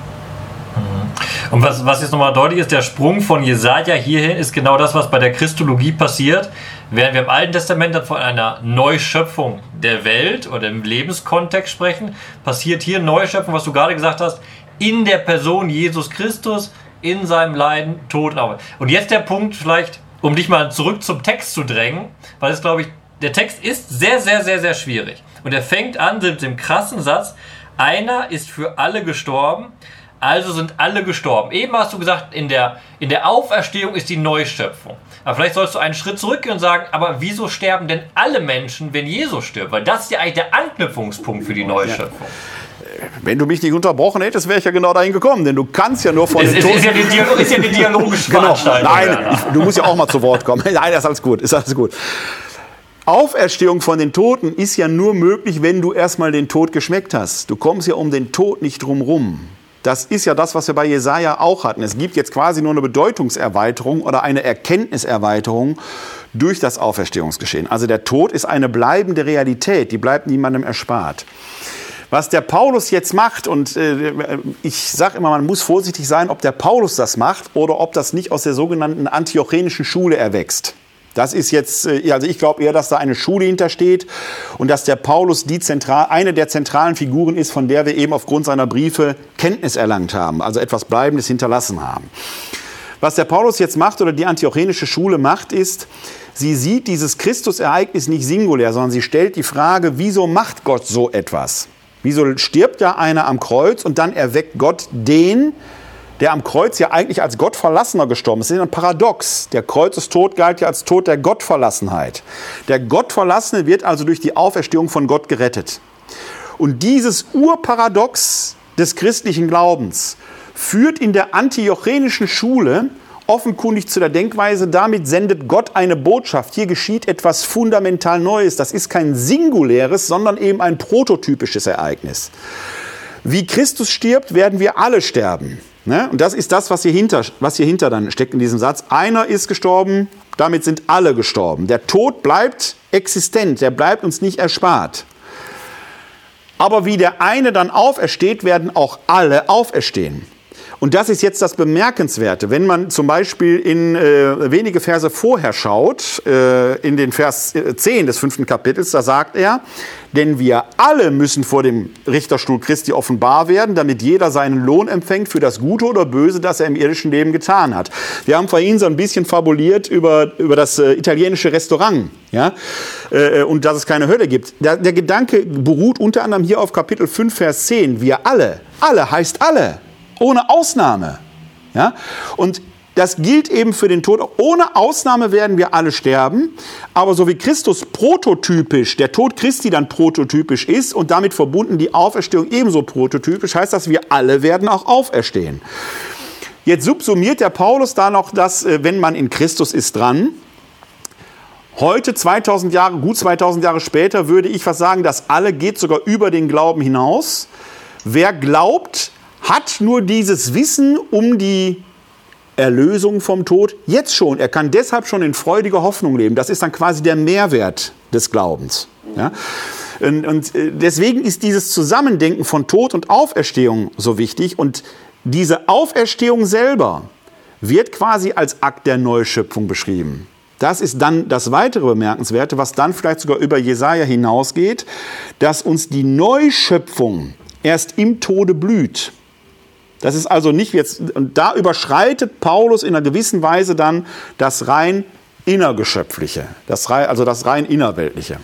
Und was, was jetzt nochmal deutlich ist, der Sprung von Jesaja hierhin ist genau das, was bei der Christologie passiert. Während wir im Alten Testament dann von einer Neuschöpfung der Welt oder im Lebenskontext sprechen, passiert hier Neuschöpfung, was du gerade gesagt hast, in der Person Jesus Christus, in seinem Leiden, Tod und Arbeit. Und jetzt der Punkt vielleicht, um dich mal zurück zum Text zu drängen, weil es, glaube ich, der Text ist sehr, sehr, sehr, sehr schwierig. Und er fängt an mit dem krassen Satz, einer ist für alle gestorben, also sind alle gestorben. Eben hast du gesagt, in der, in der Auferstehung ist die Neuschöpfung. Aber vielleicht sollst du einen Schritt zurückgehen und sagen, aber wieso sterben denn alle Menschen, wenn Jesus stirbt? Weil das ist ja eigentlich der Anknüpfungspunkt für die Neuschöpfung. Wenn du mich nicht unterbrochen hättest, wäre ich ja genau dahin gekommen, denn du kannst ja nur von es, den es Toten... Ist ja die, Dialog, ist ja die dialogische genau. Veranstaltung. Nein, ich, du musst ja auch mal zu Wort kommen. Nein, das ist alles gut, ist alles gut. Auferstehung von den Toten ist ja nur möglich, wenn du erstmal den Tod geschmeckt hast. Du kommst ja um den Tod nicht drum rum. Das ist ja das, was wir bei Jesaja auch hatten. Es gibt jetzt quasi nur eine Bedeutungserweiterung oder eine Erkenntniserweiterung durch das Auferstehungsgeschehen. Also der Tod ist eine bleibende Realität, die bleibt niemandem erspart. Was der Paulus jetzt macht, und äh, ich sage immer, man muss vorsichtig sein, ob der Paulus das macht oder ob das nicht aus der sogenannten antiochenischen Schule erwächst. Das ist jetzt, also ich glaube eher, dass da eine Schule hintersteht und dass der Paulus die zentral, eine der zentralen Figuren ist, von der wir eben aufgrund seiner Briefe Kenntnis erlangt haben, also etwas Bleibendes hinterlassen haben. Was der Paulus jetzt macht oder die antiochenische Schule macht, ist, sie sieht dieses Christusereignis nicht singulär, sondern sie stellt die Frage, wieso macht Gott so etwas? Wieso stirbt da einer am Kreuz und dann erweckt Gott den, der am Kreuz ja eigentlich als Gottverlassener gestorben ist. Das ist ein Paradox. Der Kreuzestod galt ja als Tod der Gottverlassenheit. Der Gottverlassene wird also durch die Auferstehung von Gott gerettet. Und dieses Urparadox des christlichen Glaubens führt in der antijochenischen Schule offenkundig zu der Denkweise, damit sendet Gott eine Botschaft. Hier geschieht etwas fundamental Neues. Das ist kein singuläres, sondern eben ein prototypisches Ereignis. Wie Christus stirbt, werden wir alle sterben. Ne? Und das ist das, was hier, hinter, was hier hinter dann steckt in diesem Satz. Einer ist gestorben, damit sind alle gestorben. Der Tod bleibt existent, der bleibt uns nicht erspart. Aber wie der eine dann aufersteht, werden auch alle auferstehen. Und das ist jetzt das Bemerkenswerte. Wenn man zum Beispiel in äh, wenige Verse vorher schaut, äh, in den Vers zehn des fünften Kapitels, da sagt er, denn wir alle müssen vor dem Richterstuhl Christi offenbar werden, damit jeder seinen Lohn empfängt für das Gute oder Böse, das er im irdischen Leben getan hat. Wir haben vorhin so ein bisschen fabuliert über, über das äh, italienische Restaurant, ja, äh, und dass es keine Hölle gibt. Der, der Gedanke beruht unter anderem hier auf Kapitel fünf, Vers zehn. Wir alle, alle heißt alle. Ohne Ausnahme. Ja? Und das gilt eben für den Tod. Ohne Ausnahme werden wir alle sterben. Aber so wie Christus prototypisch, der Tod Christi dann prototypisch ist und damit verbunden die Auferstehung ebenso prototypisch, heißt das, wir alle werden auch auferstehen. Jetzt subsumiert der Paulus da noch, dass, wenn man in Christus ist, dran. Heute, zweitausend Jahre, gut zweitausend Jahre später, würde ich was sagen, das alle geht sogar über den Glauben hinaus. Wer glaubt, hat nur dieses Wissen um die Erlösung vom Tod jetzt schon. Er kann deshalb schon in freudiger Hoffnung leben. Das ist dann quasi der Mehrwert des Glaubens. Ja? Und, und deswegen ist dieses Zusammendenken von Tod und Auferstehung so wichtig. Und diese Auferstehung selber wird quasi als Akt der Neuschöpfung beschrieben. Das ist dann das weitere Bemerkenswerte, was dann vielleicht sogar über Jesaja hinausgeht, dass uns die Neuschöpfung erst im Tode blüht. Das ist also nicht jetzt, und da überschreitet Paulus in einer gewissen Weise dann das rein innergeschöpfliche, das rein, also das rein innerweltliche.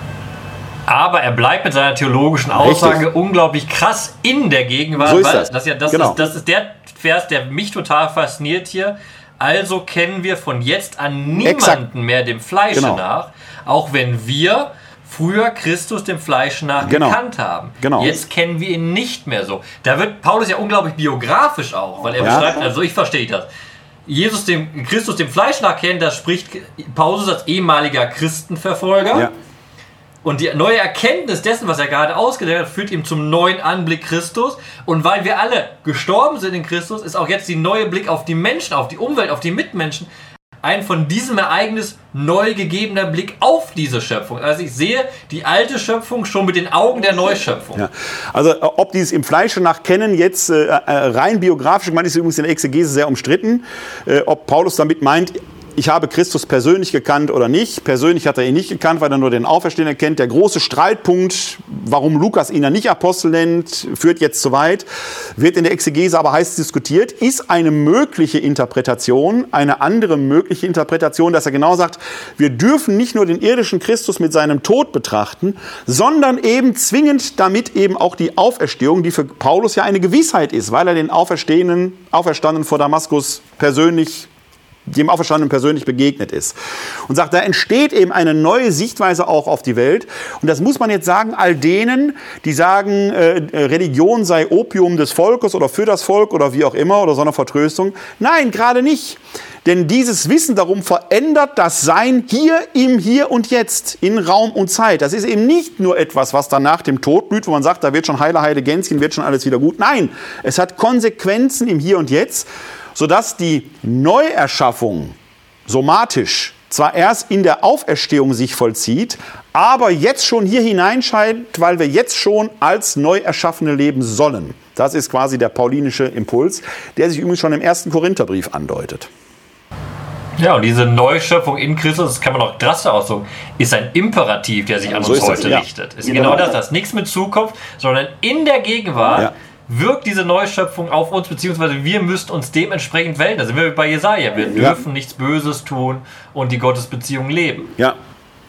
Aber er bleibt mit seiner theologischen Aussage Richtig. unglaublich krass in der Gegenwart. So ist weil das. Das, ja, das, Genau. ist, das ist der Vers, der mich total fasziniert hier. Also kennen wir von jetzt an niemanden Exakt. mehr dem Fleische Genau. nach, auch wenn wir früher Christus dem Fleisch nach Genau. gekannt haben. Genau. Jetzt kennen wir ihn nicht mehr so. Da wird Paulus ja unglaublich biografisch auch, weil er Ja. beschreibt, also ich verstehe das. Jesus dem, Christus dem Fleisch nach kennen, das spricht Paulus als ehemaliger Christenverfolger. Ja. Und die neue Erkenntnis dessen, was er gerade ausgedrückt hat, führt ihm zum neuen Anblick Christus. Und weil wir alle gestorben sind in Christus, ist auch jetzt die neue Blick auf die Menschen, auf die Umwelt, auf die Mitmenschen ein von diesem Ereignis neu gegebener Blick auf diese Schöpfung. Also ich sehe die alte Schöpfung schon mit den Augen der Neuschöpfung. Ja. Also ob dieses im Fleische nach kennen jetzt äh, rein biografisch, ich meine, ist übrigens in der Exegese sehr umstritten, äh, ob Paulus damit meint, ich habe Christus persönlich gekannt oder nicht. Persönlich hat er ihn nicht gekannt, weil er nur den Auferstehenden kennt. Der große Streitpunkt, warum Lukas ihn dann nicht Apostel nennt, führt jetzt zu weit, wird in der Exegese aber heiß diskutiert. Ist eine mögliche Interpretation, eine andere mögliche Interpretation, dass er genau sagt, wir dürfen nicht nur den irdischen Christus mit seinem Tod betrachten, sondern eben zwingend damit eben auch die Auferstehung, die für Paulus ja eine Gewissheit ist, weil er den Auferstehenden, Auferstandenen vor Damaskus persönlich dem Auferstandenen persönlich begegnet ist. Und sagt, da entsteht eben eine neue Sichtweise auch auf die Welt. Und das muss man jetzt sagen, all denen, die sagen, äh, Religion sei Opium des Volkes oder für das Volk oder wie auch immer oder so eine Vertröstung. Nein, gerade nicht. Denn dieses Wissen darum verändert das Sein hier im Hier und Jetzt, in Raum und Zeit. Das ist eben nicht nur etwas, was dann nach dem Tod blüht, wo man sagt, da wird schon heile, heile Gänschen, wird schon alles wieder gut. Nein, es hat Konsequenzen im Hier und Jetzt, sodass die Neuerschaffung somatisch zwar erst in der Auferstehung sich vollzieht, aber jetzt schon hier hineinscheint, weil wir jetzt schon als Neuerschaffene leben sollen. Das ist quasi der paulinische Impuls, der sich übrigens schon im ersten Korintherbrief andeutet. Ja, und diese Neuschöpfung in Christus, das kann man auch drastisch ausdrücken, ist ein Imperativ, der sich an So uns ist es, heute ja. richtet. Ist Genau. genau das, das ist nichts mit Zukunft, sondern in der Gegenwart Ja. wirkt diese Neuschöpfung auf uns, beziehungsweise wir müssten uns dementsprechend verhalten. Da sind wir bei Jesaja. Wir Ja. dürfen nichts Böses tun und die Gottesbeziehung leben. Ja.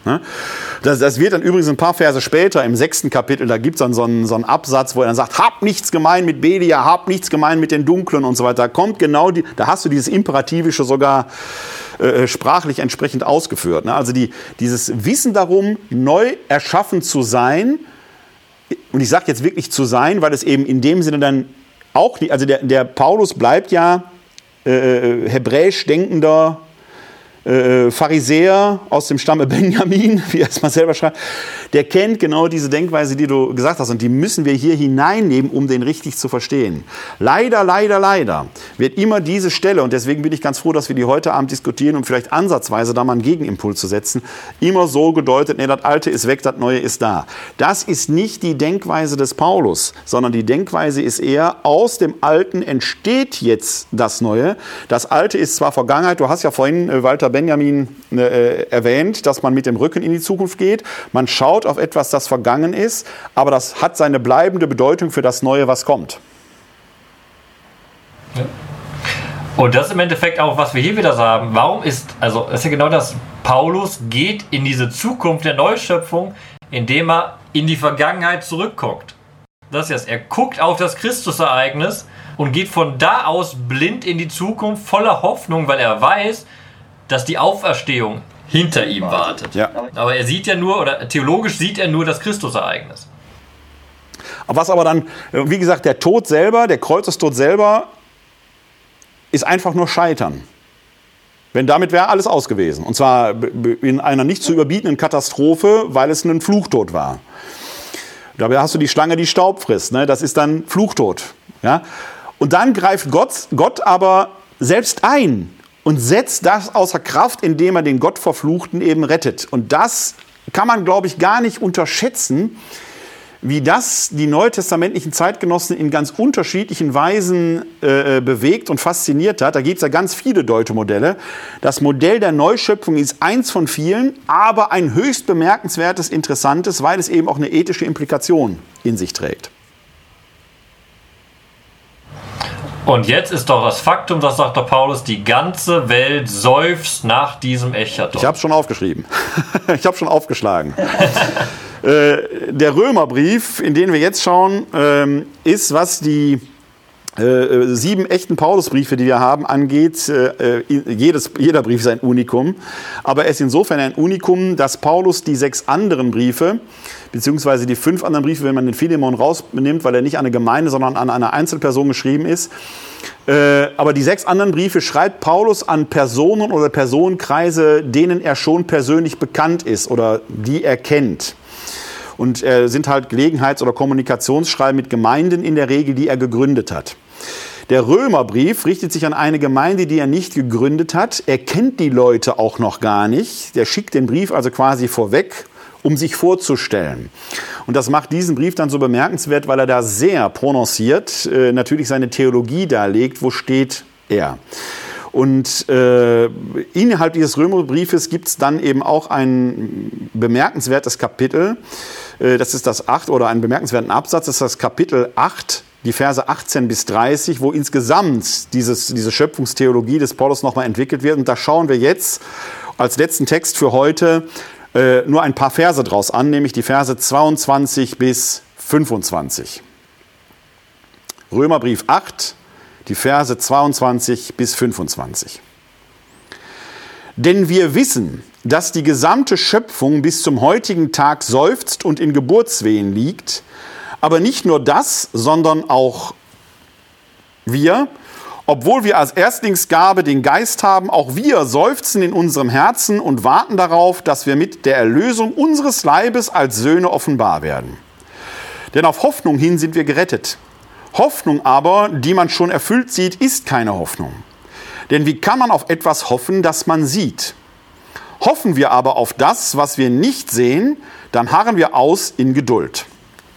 Das, das wird dann übrigens ein paar Verse später, im sechsten Kapitel, da gibt es dann so einen, so einen Absatz, wo er dann sagt, habt nichts gemein mit Belia, habt nichts gemein mit den Dunklen und so weiter. Da kommt genau die, da hast du dieses Imperativische sogar äh, sprachlich entsprechend ausgeführt. Ne? Also die, dieses Wissen darum, neu erschaffen zu sein, und ich sage jetzt wirklich zu sein, weil es eben in dem Sinne dann auch nicht, also der, der Paulus bleibt ja äh, hebräisch denkender Äh, Pharisäer aus dem Stamme Benjamin, wie er es mal selber schreibt, der kennt genau diese Denkweise, die du gesagt hast, und die müssen wir hier hineinnehmen, um den richtig zu verstehen. Leider, leider, leider wird immer diese Stelle, und deswegen bin ich ganz froh, dass wir die heute Abend diskutieren, um vielleicht ansatzweise da mal einen Gegenimpuls zu setzen, immer so gedeutet, nee, das Alte ist weg, das Neue ist da. Das ist nicht die Denkweise des Paulus, sondern die Denkweise ist eher, aus dem Alten entsteht jetzt das Neue. Das Alte ist zwar Vergangenheit, du hast ja vorhin, äh, Walter Benjamin äh, erwähnt, dass man mit dem Rücken in die Zukunft geht. Man schaut auf etwas, das vergangen ist, aber das hat seine bleibende Bedeutung für das Neue, was kommt. Ja. Und das ist im Endeffekt auch, was wir hier wieder sagen. Warum ist, also das ist ja genau das, Paulus geht in diese Zukunft der Neuschöpfung, indem er in die Vergangenheit zurückguckt. Das ist das. Er guckt auf das Christusereignis und geht von da aus blind in die Zukunft, voller Hoffnung, weil er weiß, dass die Auferstehung hinter ihm wartet. Ja. Aber er sieht ja nur, oder theologisch sieht er nur das Christusereignis. Was aber dann, wie gesagt, der Tod selber, der Kreuzestod selber, ist einfach nur Scheitern. Wenn damit wäre alles aus gewesen. Und zwar in einer nicht zu überbietenden Katastrophe, weil es ein Fluchtod war. Dabei hast du die Schlange, die Staub frisst. Ne? Das ist dann Fluchtod. Ja? Und dann greift Gott, Gott aber selbst ein und setzt das außer Kraft, indem er den Gottverfluchten eben rettet. Und das kann man, glaube ich, gar nicht unterschätzen, wie das die neutestamentlichen Zeitgenossen in ganz unterschiedlichen Weisen äh, bewegt und fasziniert hat. Da gibt es ja ganz viele Deutemodelle. Das Modell der Neuschöpfung ist eins von vielen, aber ein höchst bemerkenswertes, interessantes, weil es eben auch eine ethische Implikation in sich trägt. Und jetzt ist doch das Faktum, das sagt der Paulus, die ganze Welt seufzt nach diesem Echaton. Ich habe es schon aufgeschrieben. Ich habe schon aufgeschlagen. äh, der Römerbrief, in den wir jetzt schauen, ähm, ist, was die äh, sieben echten Paulusbriefe, die wir haben, angeht. Äh, jedes, jeder Brief ist ein Unikum. Aber er ist insofern ein Unikum, dass Paulus die sechs anderen Briefe, beziehungsweise die fünf anderen Briefe, wenn man den Philemon rausnimmt, weil er nicht an eine Gemeinde, sondern an eine Einzelperson geschrieben ist. Äh, aber die sechs anderen Briefe schreibt Paulus an Personen oder Personenkreise, denen er schon persönlich bekannt ist oder die er kennt. Und äh, sind halt Gelegenheits- oder Kommunikationsschreiben mit Gemeinden in der Regel, die er gegründet hat. Der Römerbrief richtet sich an eine Gemeinde, die er nicht gegründet hat. Er kennt die Leute auch noch gar nicht. Der schickt den Brief also quasi vorweg, um sich vorzustellen. Und das macht diesen Brief dann so bemerkenswert, weil er da sehr prononciert, äh, natürlich seine Theologie darlegt, wo steht er. Und äh, innerhalb dieses Römerbriefes gibt es dann eben auch ein bemerkenswertes Kapitel, äh, das ist das acht oder einen bemerkenswerten Absatz, das ist das Kapitel acht, die Verse achtzehn bis dreißig, wo insgesamt dieses, diese Schöpfungstheologie des Paulus nochmal entwickelt wird. Und da schauen wir jetzt als letzten Text für heute nur ein paar Verse draus an, nämlich die Verse zweiundzwanzig bis fünfundzwanzig. Römerbrief acht, die Verse zweiundzwanzig bis fünfundzwanzig. Denn wir wissen, dass die gesamte Schöpfung bis zum heutigen Tag seufzt und in Geburtswehen liegt, aber nicht nur das, sondern auch wir, obwohl wir als Erstlingsgabe den Geist haben, auch wir seufzen in unserem Herzen und warten darauf, dass wir mit der Erlösung unseres Leibes als Söhne offenbar werden. Denn auf Hoffnung hin sind wir gerettet. Hoffnung aber, die man schon erfüllt sieht, ist keine Hoffnung. Denn wie kann man auf etwas hoffen, das man sieht? Hoffen wir aber auf das, was wir nicht sehen, dann harren wir aus in Geduld.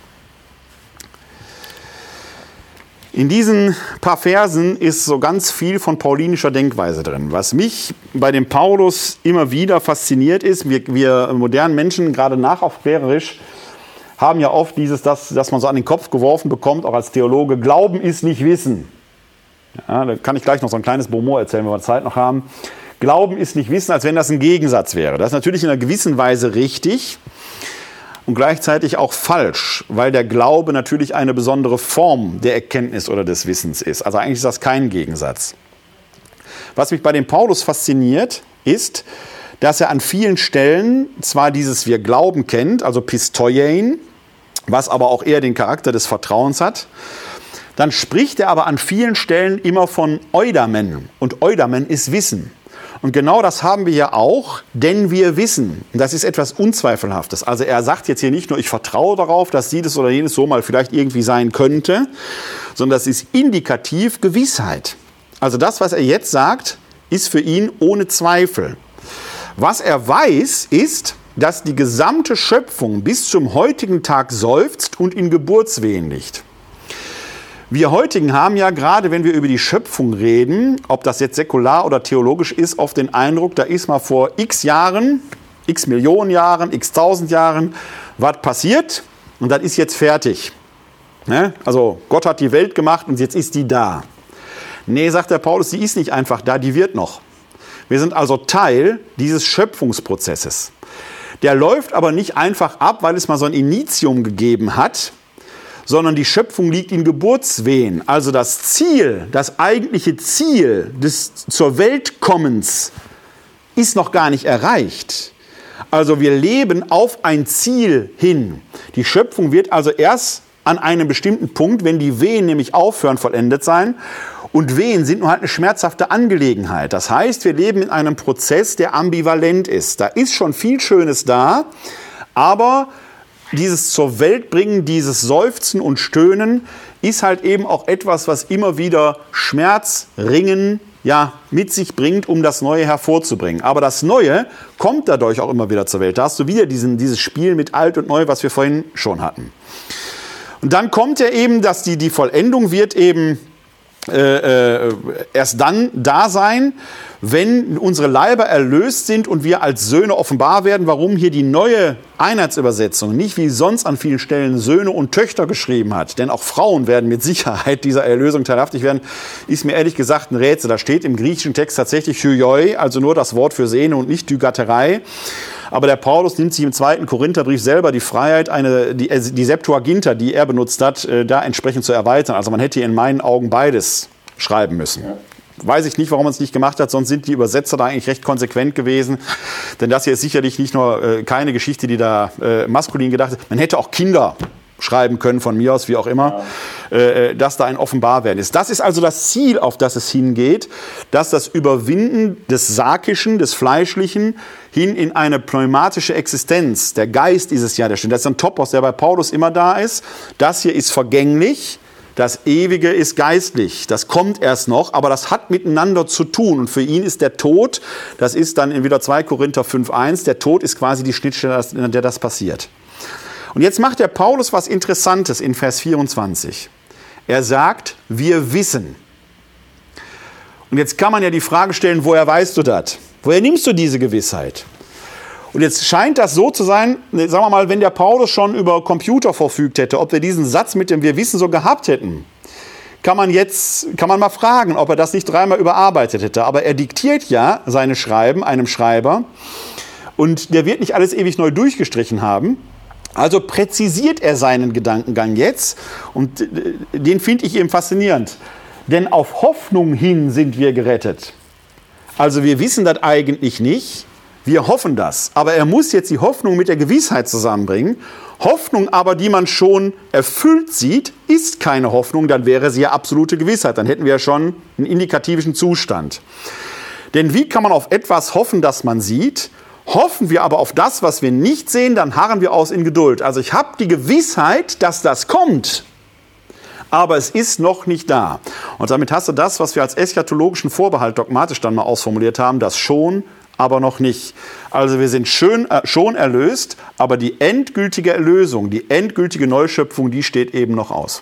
In diesen paar Versen ist so ganz viel von paulinischer Denkweise drin. Was mich bei dem Paulus immer wieder fasziniert ist, wir, wir modernen Menschen, gerade nachaufklärerisch, haben ja oft dieses, dass, dass man so an den Kopf geworfen bekommt, auch als Theologe, Glauben ist nicht Wissen. Ja, da kann ich gleich noch so ein kleines Bonmot erzählen, wenn wir Zeit noch haben. Glauben ist nicht Wissen, als wenn das ein Gegensatz wäre. Das ist natürlich in einer gewissen Weise richtig und gleichzeitig auch falsch, weil der Glaube natürlich eine besondere Form der Erkenntnis oder des Wissens ist. Also eigentlich ist das kein Gegensatz. Was mich bei dem Paulus fasziniert, ist, dass er an vielen Stellen zwar dieses Wir glauben kennt, also Pistoiein, was aber auch eher den Charakter des Vertrauens hat, dann spricht er aber an vielen Stellen immer von Eudamen. Und Eudamen ist Wissen. Und genau das haben wir ja auch, denn wir wissen. Und das ist etwas Unzweifelhaftes. Also er sagt jetzt hier nicht nur, ich vertraue darauf, dass dieses oder jenes so mal vielleicht irgendwie sein könnte, sondern das ist indikativ Gewissheit. Also das, was er jetzt sagt, ist für ihn ohne Zweifel. Was er weiß, ist, dass die gesamte Schöpfung bis zum heutigen Tag seufzt und in Geburtswehen liegt. Wir heutigen haben ja gerade, wenn wir über die Schöpfung reden, ob das jetzt säkular oder theologisch ist, oft den Eindruck, da ist mal vor x Jahren, x Millionen Jahren, x tausend Jahren was passiert und das ist jetzt fertig. Ne? Also Gott hat die Welt gemacht und jetzt ist die da. Nee, sagt der Paulus, die ist nicht einfach da, die wird noch. Wir sind also Teil dieses Schöpfungsprozesses. Der läuft aber nicht einfach ab, weil es mal so ein Initium gegeben hat, sondern die Schöpfung liegt in Geburtswehen. Also das Ziel, das eigentliche Ziel des zur Weltkommens ist noch gar nicht erreicht. Also wir leben auf ein Ziel hin. Die Schöpfung wird also erst an einem bestimmten Punkt, wenn die Wehen nämlich aufhören, vollendet sein. Und Wehen sind nur halt eine schmerzhafte Angelegenheit. Das heißt, wir leben in einem Prozess, der ambivalent ist. Da ist schon viel Schönes da, aber dieses zur Welt bringen, dieses Seufzen und Stöhnen ist halt eben auch etwas, was immer wieder Schmerz, Ringen, ja, mit sich bringt, um das Neue hervorzubringen. Aber das Neue kommt dadurch auch immer wieder zur Welt. Da hast du wieder diesen, dieses Spiel mit Alt und Neu, was wir vorhin schon hatten. Und dann kommt ja eben, dass die, die Vollendung wird eben äh, äh, erst dann da sein, wenn unsere Leiber erlöst sind und wir als Söhne offenbar werden. Warum hier die neue Einheitsübersetzung nicht wie sonst an vielen Stellen Söhne und Töchter geschrieben hat, denn auch Frauen werden mit Sicherheit dieser Erlösung teilhaftig werden, ist mir ehrlich gesagt ein Rätsel. Da steht im griechischen Text tatsächlich Hyoi, also nur das Wort für Sehne und nicht Dygaterei. Aber der Paulus nimmt sich im zweiten Korintherbrief selber die Freiheit, eine, die, die Septuaginta, die er benutzt hat, da entsprechend zu erweitern. Also man hätte hier in meinen Augen beides schreiben müssen. Ja. Weiß ich nicht, warum man es nicht gemacht hat, sonst sind die Übersetzer da eigentlich recht konsequent gewesen. Denn das hier ist sicherlich nicht nur äh, keine Geschichte, die da äh, maskulin gedacht ist. Man hätte auch Kinder schreiben können, von mir aus, wie auch immer, ja. äh, dass da ein Offenbarwerden ist. Das ist also das Ziel, auf das es hingeht, dass das Überwinden des Sarkischen, des Fleischlichen, hin in eine pneumatische Existenz. Der Geist ist es ja, der stimmt. Das ist ein Topos, der bei Paulus immer da ist. Das hier ist vergänglich. Das Ewige ist geistlich, das kommt erst noch, aber das hat miteinander zu tun. Und für ihn ist der Tod, das ist dann in wieder zwei Korinther fünf eins, der Tod ist quasi die Schnittstelle, in der das passiert. Und jetzt macht der Paulus was Interessantes in Vers vierundzwanzig. Er sagt, wir wissen. Und jetzt kann man ja die Frage stellen, woher weißt du das? Woher nimmst du diese Gewissheit? Und jetzt scheint das so zu sein, sagen wir mal, wenn der Paulus schon über Computer verfügt hätte, ob wir diesen Satz mit dem Wir wissen so gehabt hätten, kann man jetzt, kann man mal fragen, ob er das nicht dreimal überarbeitet hätte. Aber er diktiert ja seine Schreiben einem Schreiber und der wird nicht alles ewig neu durchgestrichen haben. Also präzisiert er seinen Gedankengang jetzt und den finde ich eben faszinierend. Denn auf Hoffnung hin sind wir gerettet. Also wir wissen das eigentlich nicht. Wir hoffen das, aber er muss jetzt die Hoffnung mit der Gewissheit zusammenbringen. Hoffnung aber, die man schon erfüllt sieht, ist keine Hoffnung, dann wäre sie ja absolute Gewissheit. Dann hätten wir ja schon einen indikativischen Zustand. Denn wie kann man auf etwas hoffen, das man sieht? Hoffen wir aber auf das, was wir nicht sehen, dann harren wir aus in Geduld. Also ich habe die Gewissheit, dass das kommt, aber es ist noch nicht da. Und damit hast du das, was wir als eschatologischen Vorbehalt dogmatisch dann mal ausformuliert haben, das schon, aber noch nicht. Also wir sind schön, äh, schon erlöst, aber die endgültige Erlösung, die endgültige Neuschöpfung, die steht eben noch aus.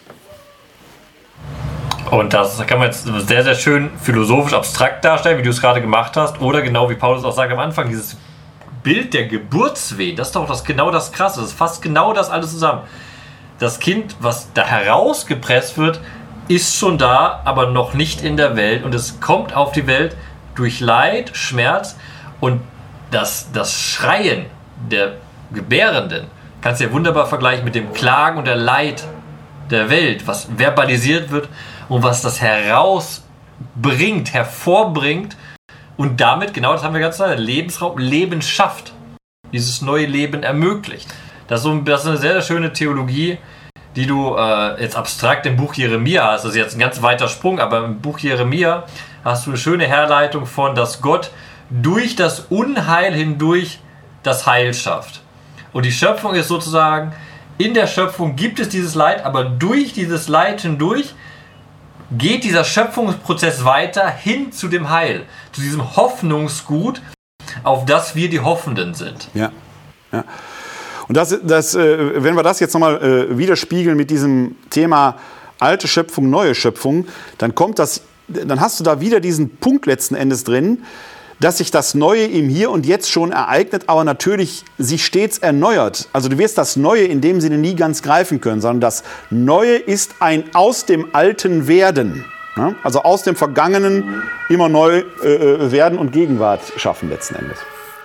Und das kann man jetzt sehr, sehr schön philosophisch abstrakt darstellen, wie du es gerade gemacht hast. Oder genau wie Paulus auch sagt am Anfang, dieses Bild der Geburtswehen, das ist doch das, genau das Krasse, das fasst genau das alles zusammen. Das Kind, was da herausgepresst wird, ist schon da, aber noch nicht in der Welt und es kommt auf die Welt. durch Leid, Schmerz und das, das Schreien der Gebärenden kannst du ja wunderbar vergleichen mit dem Klagen und der Leid der Welt, was verbalisiert wird und was das herausbringt, hervorbringt und damit, genau das haben wir ganz lange, Lebensraum, Leben schafft, dieses neue Leben ermöglicht. Das ist, so, das ist eine sehr, sehr schöne Theologie, die du äh, jetzt abstrakt im Buch Jeremia hast. Das ist jetzt ein ganz weiter Sprung, aber im Buch Jeremia hast du eine schöne Herleitung von, dass Gott durch das Unheil hindurch das Heil schafft. Und die Schöpfung ist sozusagen, in der Schöpfung gibt es dieses Leid, aber durch dieses Leid hindurch geht dieser Schöpfungsprozess weiter hin zu dem Heil, zu diesem Hoffnungsgut, auf das wir die Hoffenden sind. Ja, ja. Und das, das, äh, wenn wir das jetzt nochmal äh, widerspiegeln mit diesem Thema alte Schöpfung, neue Schöpfung, dann kommt das, dann hast du da wieder diesen Punkt letzten Endes drin, dass sich das Neue im Hier und Jetzt schon ereignet, aber natürlich sich stets erneuert. Also du wirst das Neue in dem Sinne nie ganz greifen können, sondern das Neue ist ein aus dem Alten werden. Ja? Also aus dem Vergangenen immer neu äh, werden und Gegenwart schaffen letzten Endes.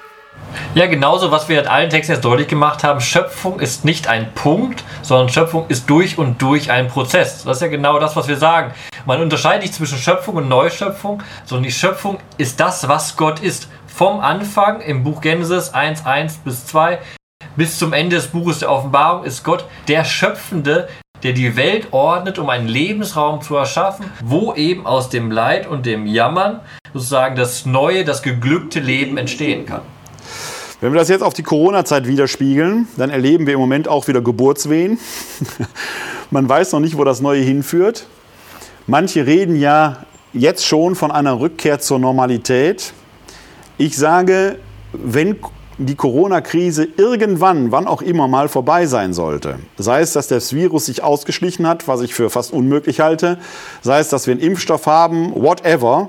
Ja, genauso, was wir in allen Texten jetzt deutlich gemacht haben, Schöpfung ist nicht ein Punkt, sondern Schöpfung ist durch und durch ein Prozess. Das ist ja genau das, was wir sagen. Man unterscheidet nicht zwischen Schöpfung und Neuschöpfung, sondern die Schöpfung ist das, was Gott ist. Vom Anfang im Buch Genesis eins, eins bis zwei bis zum Ende des Buches der Offenbarung ist Gott der Schöpfende, der die Welt ordnet, um einen Lebensraum zu erschaffen, wo eben aus dem Leid und dem Jammern sozusagen das neue, das geglückte Leben entstehen kann. Wenn wir das jetzt auf die Corona-Zeit widerspiegeln, dann erleben wir im Moment auch wieder Geburtswehen. Man weiß noch nicht, wo das Neue hinführt. Manche reden ja jetzt schon von einer Rückkehr zur Normalität. Ich sage, wenn die Corona-Krise irgendwann, wann auch immer mal vorbei sein sollte, sei es, dass das Virus sich ausgeschlichen hat, was ich für fast unmöglich halte, sei es, dass wir einen Impfstoff haben, whatever,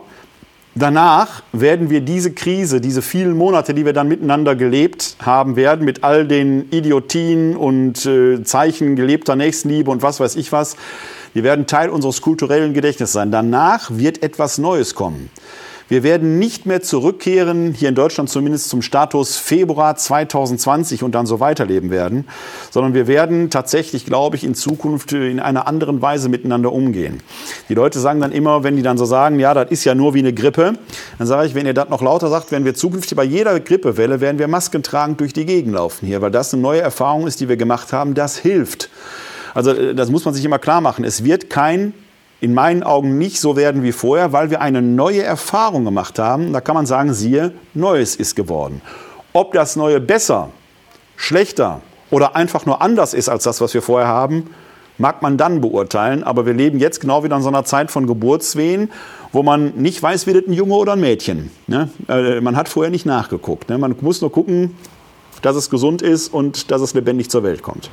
danach werden wir diese Krise, diese vielen Monate, die wir dann miteinander gelebt haben werden, mit all den Idiotien und äh, Zeichen gelebter Nächstenliebe und was weiß ich was, die werden Teil unseres kulturellen Gedächtnisses sein. Danach wird etwas Neues kommen. Wir werden nicht mehr zurückkehren, hier in Deutschland zumindest zum Status Februar zwanzig zwanzig und dann so weiterleben werden, sondern wir werden tatsächlich, glaube ich, in Zukunft in einer anderen Weise miteinander umgehen. Die Leute sagen dann immer, wenn die dann so sagen, ja, das ist ja nur wie eine Grippe, dann sage ich, wenn ihr das noch lauter sagt, werden wir zukünftig bei jeder Grippewelle, werden wir maskentragend durch die Gegend laufen hier, weil das eine neue Erfahrung ist, die wir gemacht haben, das hilft. Also das muss man sich immer klar machen, es wird kein in meinen Augen nicht so werden wie vorher, weil wir eine neue Erfahrung gemacht haben. Da kann man sagen, siehe, Neues ist geworden. Ob das Neue besser, schlechter oder einfach nur anders ist als das, was wir vorher haben, mag man dann beurteilen. Aber wir leben jetzt genau wieder in so einer Zeit von Geburtswehen, wo man nicht weiß, wird es ein Junge oder ein Mädchen. Ne? Äh, man hat vorher nicht nachgeguckt. Ne? Man muss nur gucken, dass es gesund ist und dass es lebendig zur Welt kommt.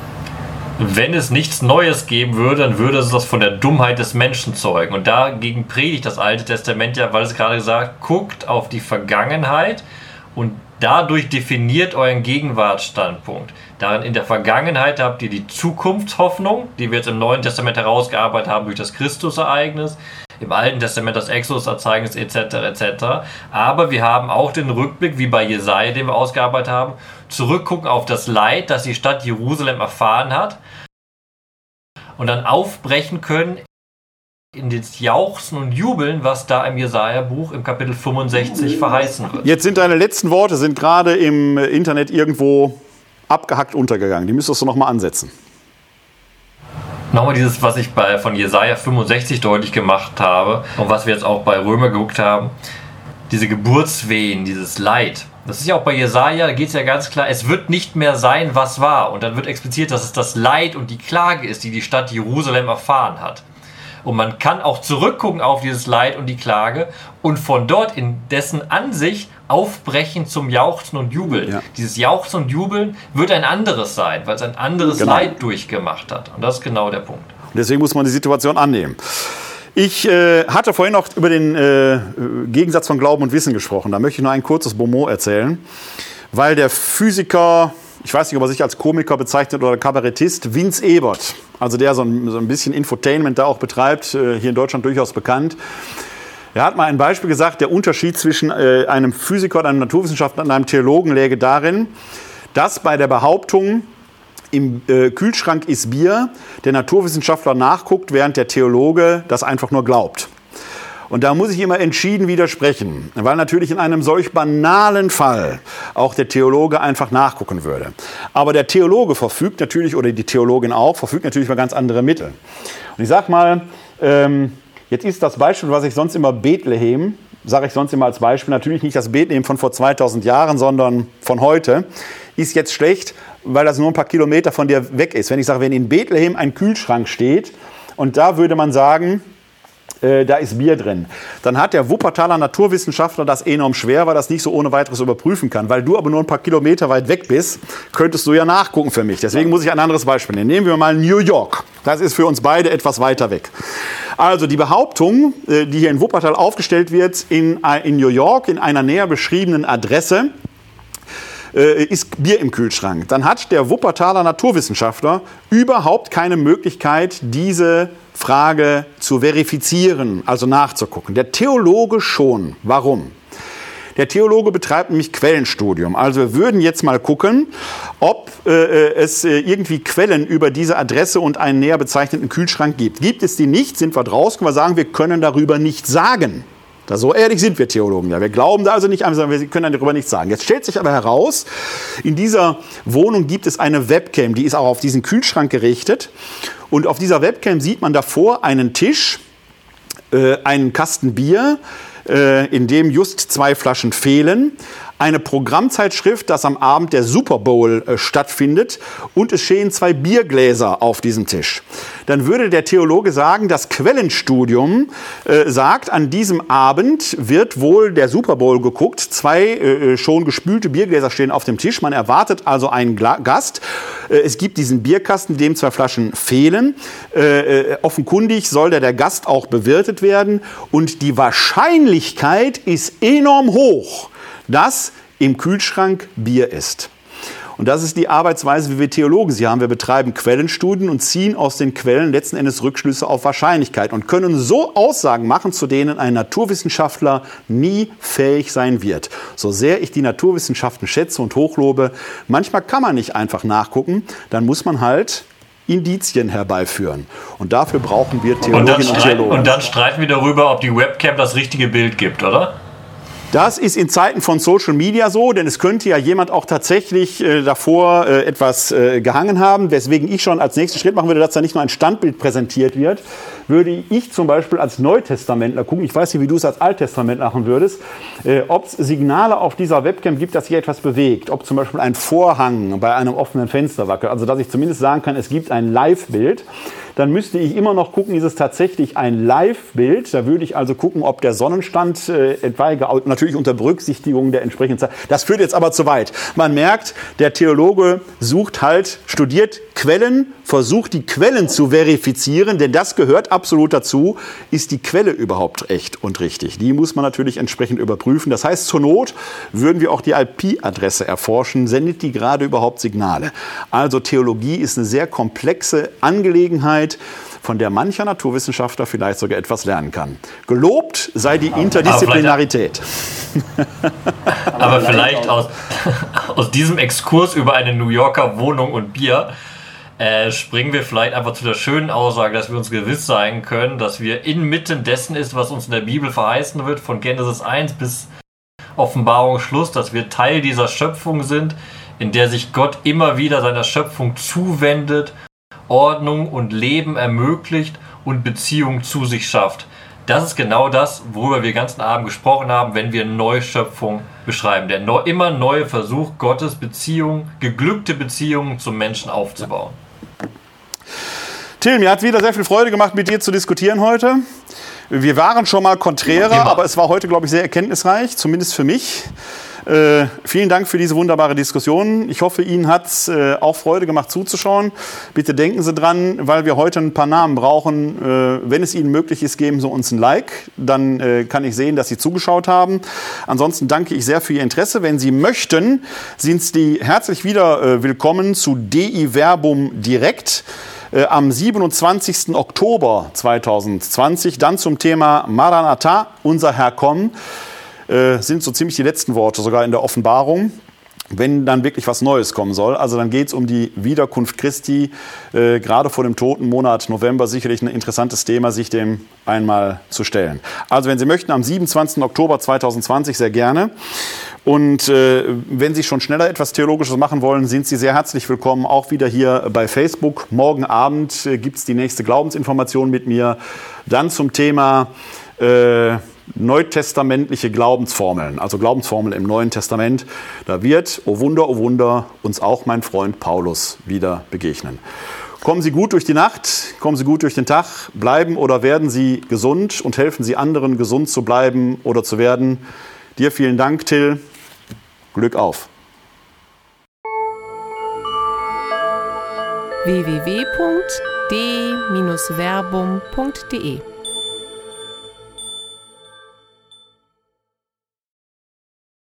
Wenn es nichts Neues geben würde, dann würde es das von der Dummheit des Menschen zeugen. Und dagegen predigt das Alte Testament ja, weil es gerade gesagt, guckt auf die Vergangenheit und dadurch definiert euren Gegenwartsstandpunkt. Darin in der Vergangenheit habt ihr die Zukunftshoffnung, die wir jetzt im Neuen Testament herausgearbeitet haben durch das Christusereignis, im Alten Testament das Exodusereignis et cetera et cetera. Aber wir haben auch den Rückblick, wie bei Jesaja, den wir ausgearbeitet haben, zurückgucken auf das Leid, das die Stadt Jerusalem erfahren hat und dann aufbrechen können in das Jauchzen und Jubeln, was da im Jesaja-Buch im Kapitel fünfundsechzig verheißen wird. Jetzt sind deine letzten Worte sind gerade im Internet irgendwo abgehackt untergegangen. Die müsstest du noch mal ansetzen. Nochmal dieses, was ich bei, von Jesaja fünfundsechzig deutlich gemacht habe und was wir jetzt auch bei Römer geguckt haben, diese Geburtswehen, dieses Leid. Das ist ja auch bei Jesaja, da geht es ja ganz klar, es wird nicht mehr sein, was war. Und dann wird expliziert, dass es das Leid und die Klage ist, die die Stadt Jerusalem erfahren hat. Und man kann auch zurückgucken auf dieses Leid und die Klage und von dort in dessen Ansicht aufbrechen zum Jauchzen und Jubeln. Ja. Dieses Jauchzen und Jubeln wird ein anderes sein, weil es ein anderes genau. Leid durchgemacht hat. Und das ist genau der Punkt. Deswegen muss man die Situation annehmen. Ich äh, hatte vorhin noch über den äh, Gegensatz von Glauben und Wissen gesprochen. Da möchte ich nur ein kurzes Bonmot erzählen, weil der Physiker, ich weiß nicht, ob er sich als Komiker bezeichnet oder Kabarettist, Vince Ebert, also der so ein, so ein bisschen Infotainment da auch betreibt, äh, hier in Deutschland durchaus bekannt, Er hat mal ein Beispiel gesagt, der Unterschied zwischen äh, einem Physiker, einem Naturwissenschaftler und einem Theologen läge darin, dass bei der Behauptung, im äh, Kühlschrank ist Bier, der Naturwissenschaftler nachguckt, während der Theologe das einfach nur glaubt. Und da muss ich immer entschieden widersprechen, weil natürlich in einem solch banalen Fall auch der Theologe einfach nachgucken würde. Aber der Theologe verfügt natürlich, oder die Theologin auch, verfügt natürlich über ganz andere Mittel. Und ich sag mal, ähm, jetzt ist das Beispiel, was ich sonst immer Bethlehem, sage ich sonst immer als Beispiel, natürlich nicht das Bethlehem von vor zweitausend Jahren, sondern von heute, ist jetzt schlecht, weil das nur ein paar Kilometer von dir weg ist. Wenn ich sage, wenn in Bethlehem ein Kühlschrank steht und da würde man sagen, äh, da ist Bier drin, dann hat der Wuppertaler Naturwissenschaftler das enorm schwer, weil das nicht so ohne weiteres überprüfen kann. Weil du aber nur ein paar Kilometer weit weg bist, könntest du ja nachgucken für mich. Deswegen muss ich ein anderes Beispiel nehmen. Nehmen wir mal New York. Das ist für uns beide etwas weiter weg. Also die Behauptung, äh, die hier in Wuppertal aufgestellt wird, in, in New York, in einer näher beschriebenen Adresse, ist Bier im Kühlschrank, dann hat der Wuppertaler Naturwissenschaftler überhaupt keine Möglichkeit, diese Frage zu verifizieren, also nachzugucken. Der Theologe schon. Warum? Der Theologe betreibt nämlich Quellenstudium. Also wir würden jetzt mal gucken, ob äh, es äh, irgendwie Quellen über diese Adresse und einen näher bezeichneten Kühlschrank gibt. Gibt es die nicht, sind wir draußen, können wir sagen, wir können darüber nichts sagen. Da, so ehrlich sind wir Theologen. Ja. Wir glauben da also nicht, sondern wir können darüber nichts sagen. Jetzt stellt sich aber heraus, in dieser Wohnung gibt es eine Webcam, die ist auch auf diesen Kühlschrank gerichtet. Und auf dieser Webcam sieht man davor einen Tisch, äh, einen Kasten Bier, äh, in dem just zwei Flaschen fehlen, eine Programmzeitschrift, das am Abend der Super Bowl äh, stattfindet, und es stehen zwei Biergläser auf diesem Tisch. Dann würde der Theologe sagen, das Quellenstudium äh, sagt, an diesem Abend wird wohl der Super Bowl geguckt, zwei äh, schon gespülte Biergläser stehen auf dem Tisch, man erwartet also einen Gla- Gast, äh, es gibt diesen Bierkasten, dem zwei Flaschen fehlen, äh, äh, offenkundig soll der, der Gast auch bewirtet werden und die Wahrscheinlichkeit ist enorm hoch, dass im Kühlschrank Bier ist. Und das ist die Arbeitsweise, wie wir Theologen sie haben. Wir betreiben Quellenstudien und ziehen aus den Quellen letzten Endes Rückschlüsse auf Wahrscheinlichkeit und können so Aussagen machen, zu denen ein Naturwissenschaftler nie fähig sein wird. So sehr ich die Naturwissenschaften schätze und hochlobe, manchmal kann man nicht einfach nachgucken, dann muss man halt Indizien herbeiführen. Und dafür brauchen wir Theologinnen und, und Theologen. Und dann streiten wir darüber, ob die Webcam das richtige Bild gibt, oder? Das ist in Zeiten von Social Media so, denn es könnte ja jemand auch tatsächlich äh, davor äh, etwas äh, gehangen haben, weswegen ich schon als nächsten Schritt machen würde, dass da nicht nur ein Standbild präsentiert wird, würde ich zum Beispiel als Neutestamentler gucken, ich weiß nicht, wie du es als Alttestamentler machen würdest, äh, ob es Signale auf dieser Webcam gibt, dass sich etwas bewegt, ob zum Beispiel ein Vorhang bei einem offenen Fenster wackelt, also dass ich zumindest sagen kann, es gibt ein Live-Bild. Dann müsste ich immer noch gucken, ist es tatsächlich ein Live-Bild? Da würde ich also gucken, ob der Sonnenstand äh, etwaige, natürlich unter Berücksichtigung der entsprechenden Zeit. Das führt jetzt aber zu weit. Man merkt, der Theologe sucht halt, studiert Quellen, versucht die Quellen zu verifizieren, denn das gehört absolut dazu. Ist die Quelle überhaupt echt und richtig? Die muss man natürlich entsprechend überprüfen. Das heißt, zur Not würden wir auch die I P-Adresse erforschen. Sendet die gerade überhaupt Signale? Also Theologie ist eine sehr komplexe Angelegenheit, von der mancher Naturwissenschaftler vielleicht sogar etwas lernen kann. Gelobt sei die Interdisziplinarität. Aber, aber vielleicht aus, aus diesem Exkurs über eine New Yorker Wohnung und Bier äh, springen wir vielleicht einfach zu der schönen Aussage, dass wir uns gewiss sein können, dass wir inmitten dessen ist, was uns in der Bibel verheißen wird, von Genesis eins bis Offenbarung Schluss, dass wir Teil dieser Schöpfung sind, in der sich Gott immer wieder seiner Schöpfung zuwendet, Ordnung und Leben ermöglicht und Beziehung zu sich schafft. Das ist genau das, worüber wir den ganzen Abend gesprochen haben, wenn wir Neuschöpfung beschreiben. Der neu, immer neue Versuch, Gottes Beziehung, geglückte Beziehungen zum Menschen aufzubauen. Till, mir hat es wieder sehr viel Freude gemacht, mit dir zu diskutieren heute. Wir waren schon mal konträrer, immer. Aber es war heute, glaube ich, sehr erkenntnisreich, zumindest für mich. Äh, vielen Dank für diese wunderbare Diskussion. Ich hoffe, Ihnen hat es äh, auch Freude gemacht zuzuschauen. Bitte denken Sie dran, weil wir heute ein paar Namen brauchen. Äh, wenn es Ihnen möglich ist, geben Sie uns ein Like. Dann äh, kann ich sehen, dass Sie zugeschaut haben. Ansonsten danke ich sehr für Ihr Interesse. Wenn Sie möchten, sind Sie herzlich wieder äh, willkommen zu Dei Verbum direkt. äh, am siebenundzwanzigsten Oktober zweitausendzwanzig. Dann zum Thema Maranatha, unser Herr komm, äh, sind so ziemlich die letzten Worte sogar in der Offenbarung, wenn dann wirklich was Neues kommen soll. Also dann geht es um die Wiederkunft Christi, äh, gerade vor dem Totenmonat November sicherlich ein interessantes Thema, sich dem einmal zu stellen. Also wenn Sie möchten, am siebenundzwanzigsten Oktober zweitausendzwanzig sehr gerne. Und äh, wenn Sie schon schneller etwas Theologisches machen wollen, sind Sie sehr herzlich willkommen, auch wieder hier bei Facebook. Morgen Abend äh, gibt es die nächste Glaubensinformation mit mir. Dann zum Thema äh, neutestamentliche Glaubensformeln, also Glaubensformeln im Neuen Testament. Da wird, oh Wunder, oh Wunder, uns auch mein Freund Paulus wieder begegnen. Kommen Sie gut durch die Nacht, kommen Sie gut durch den Tag, bleiben oder werden Sie gesund und helfen Sie anderen, gesund zu bleiben oder zu werden. Dir vielen Dank, Till. Glück auf. w w w punkt d dash verbum punkt d e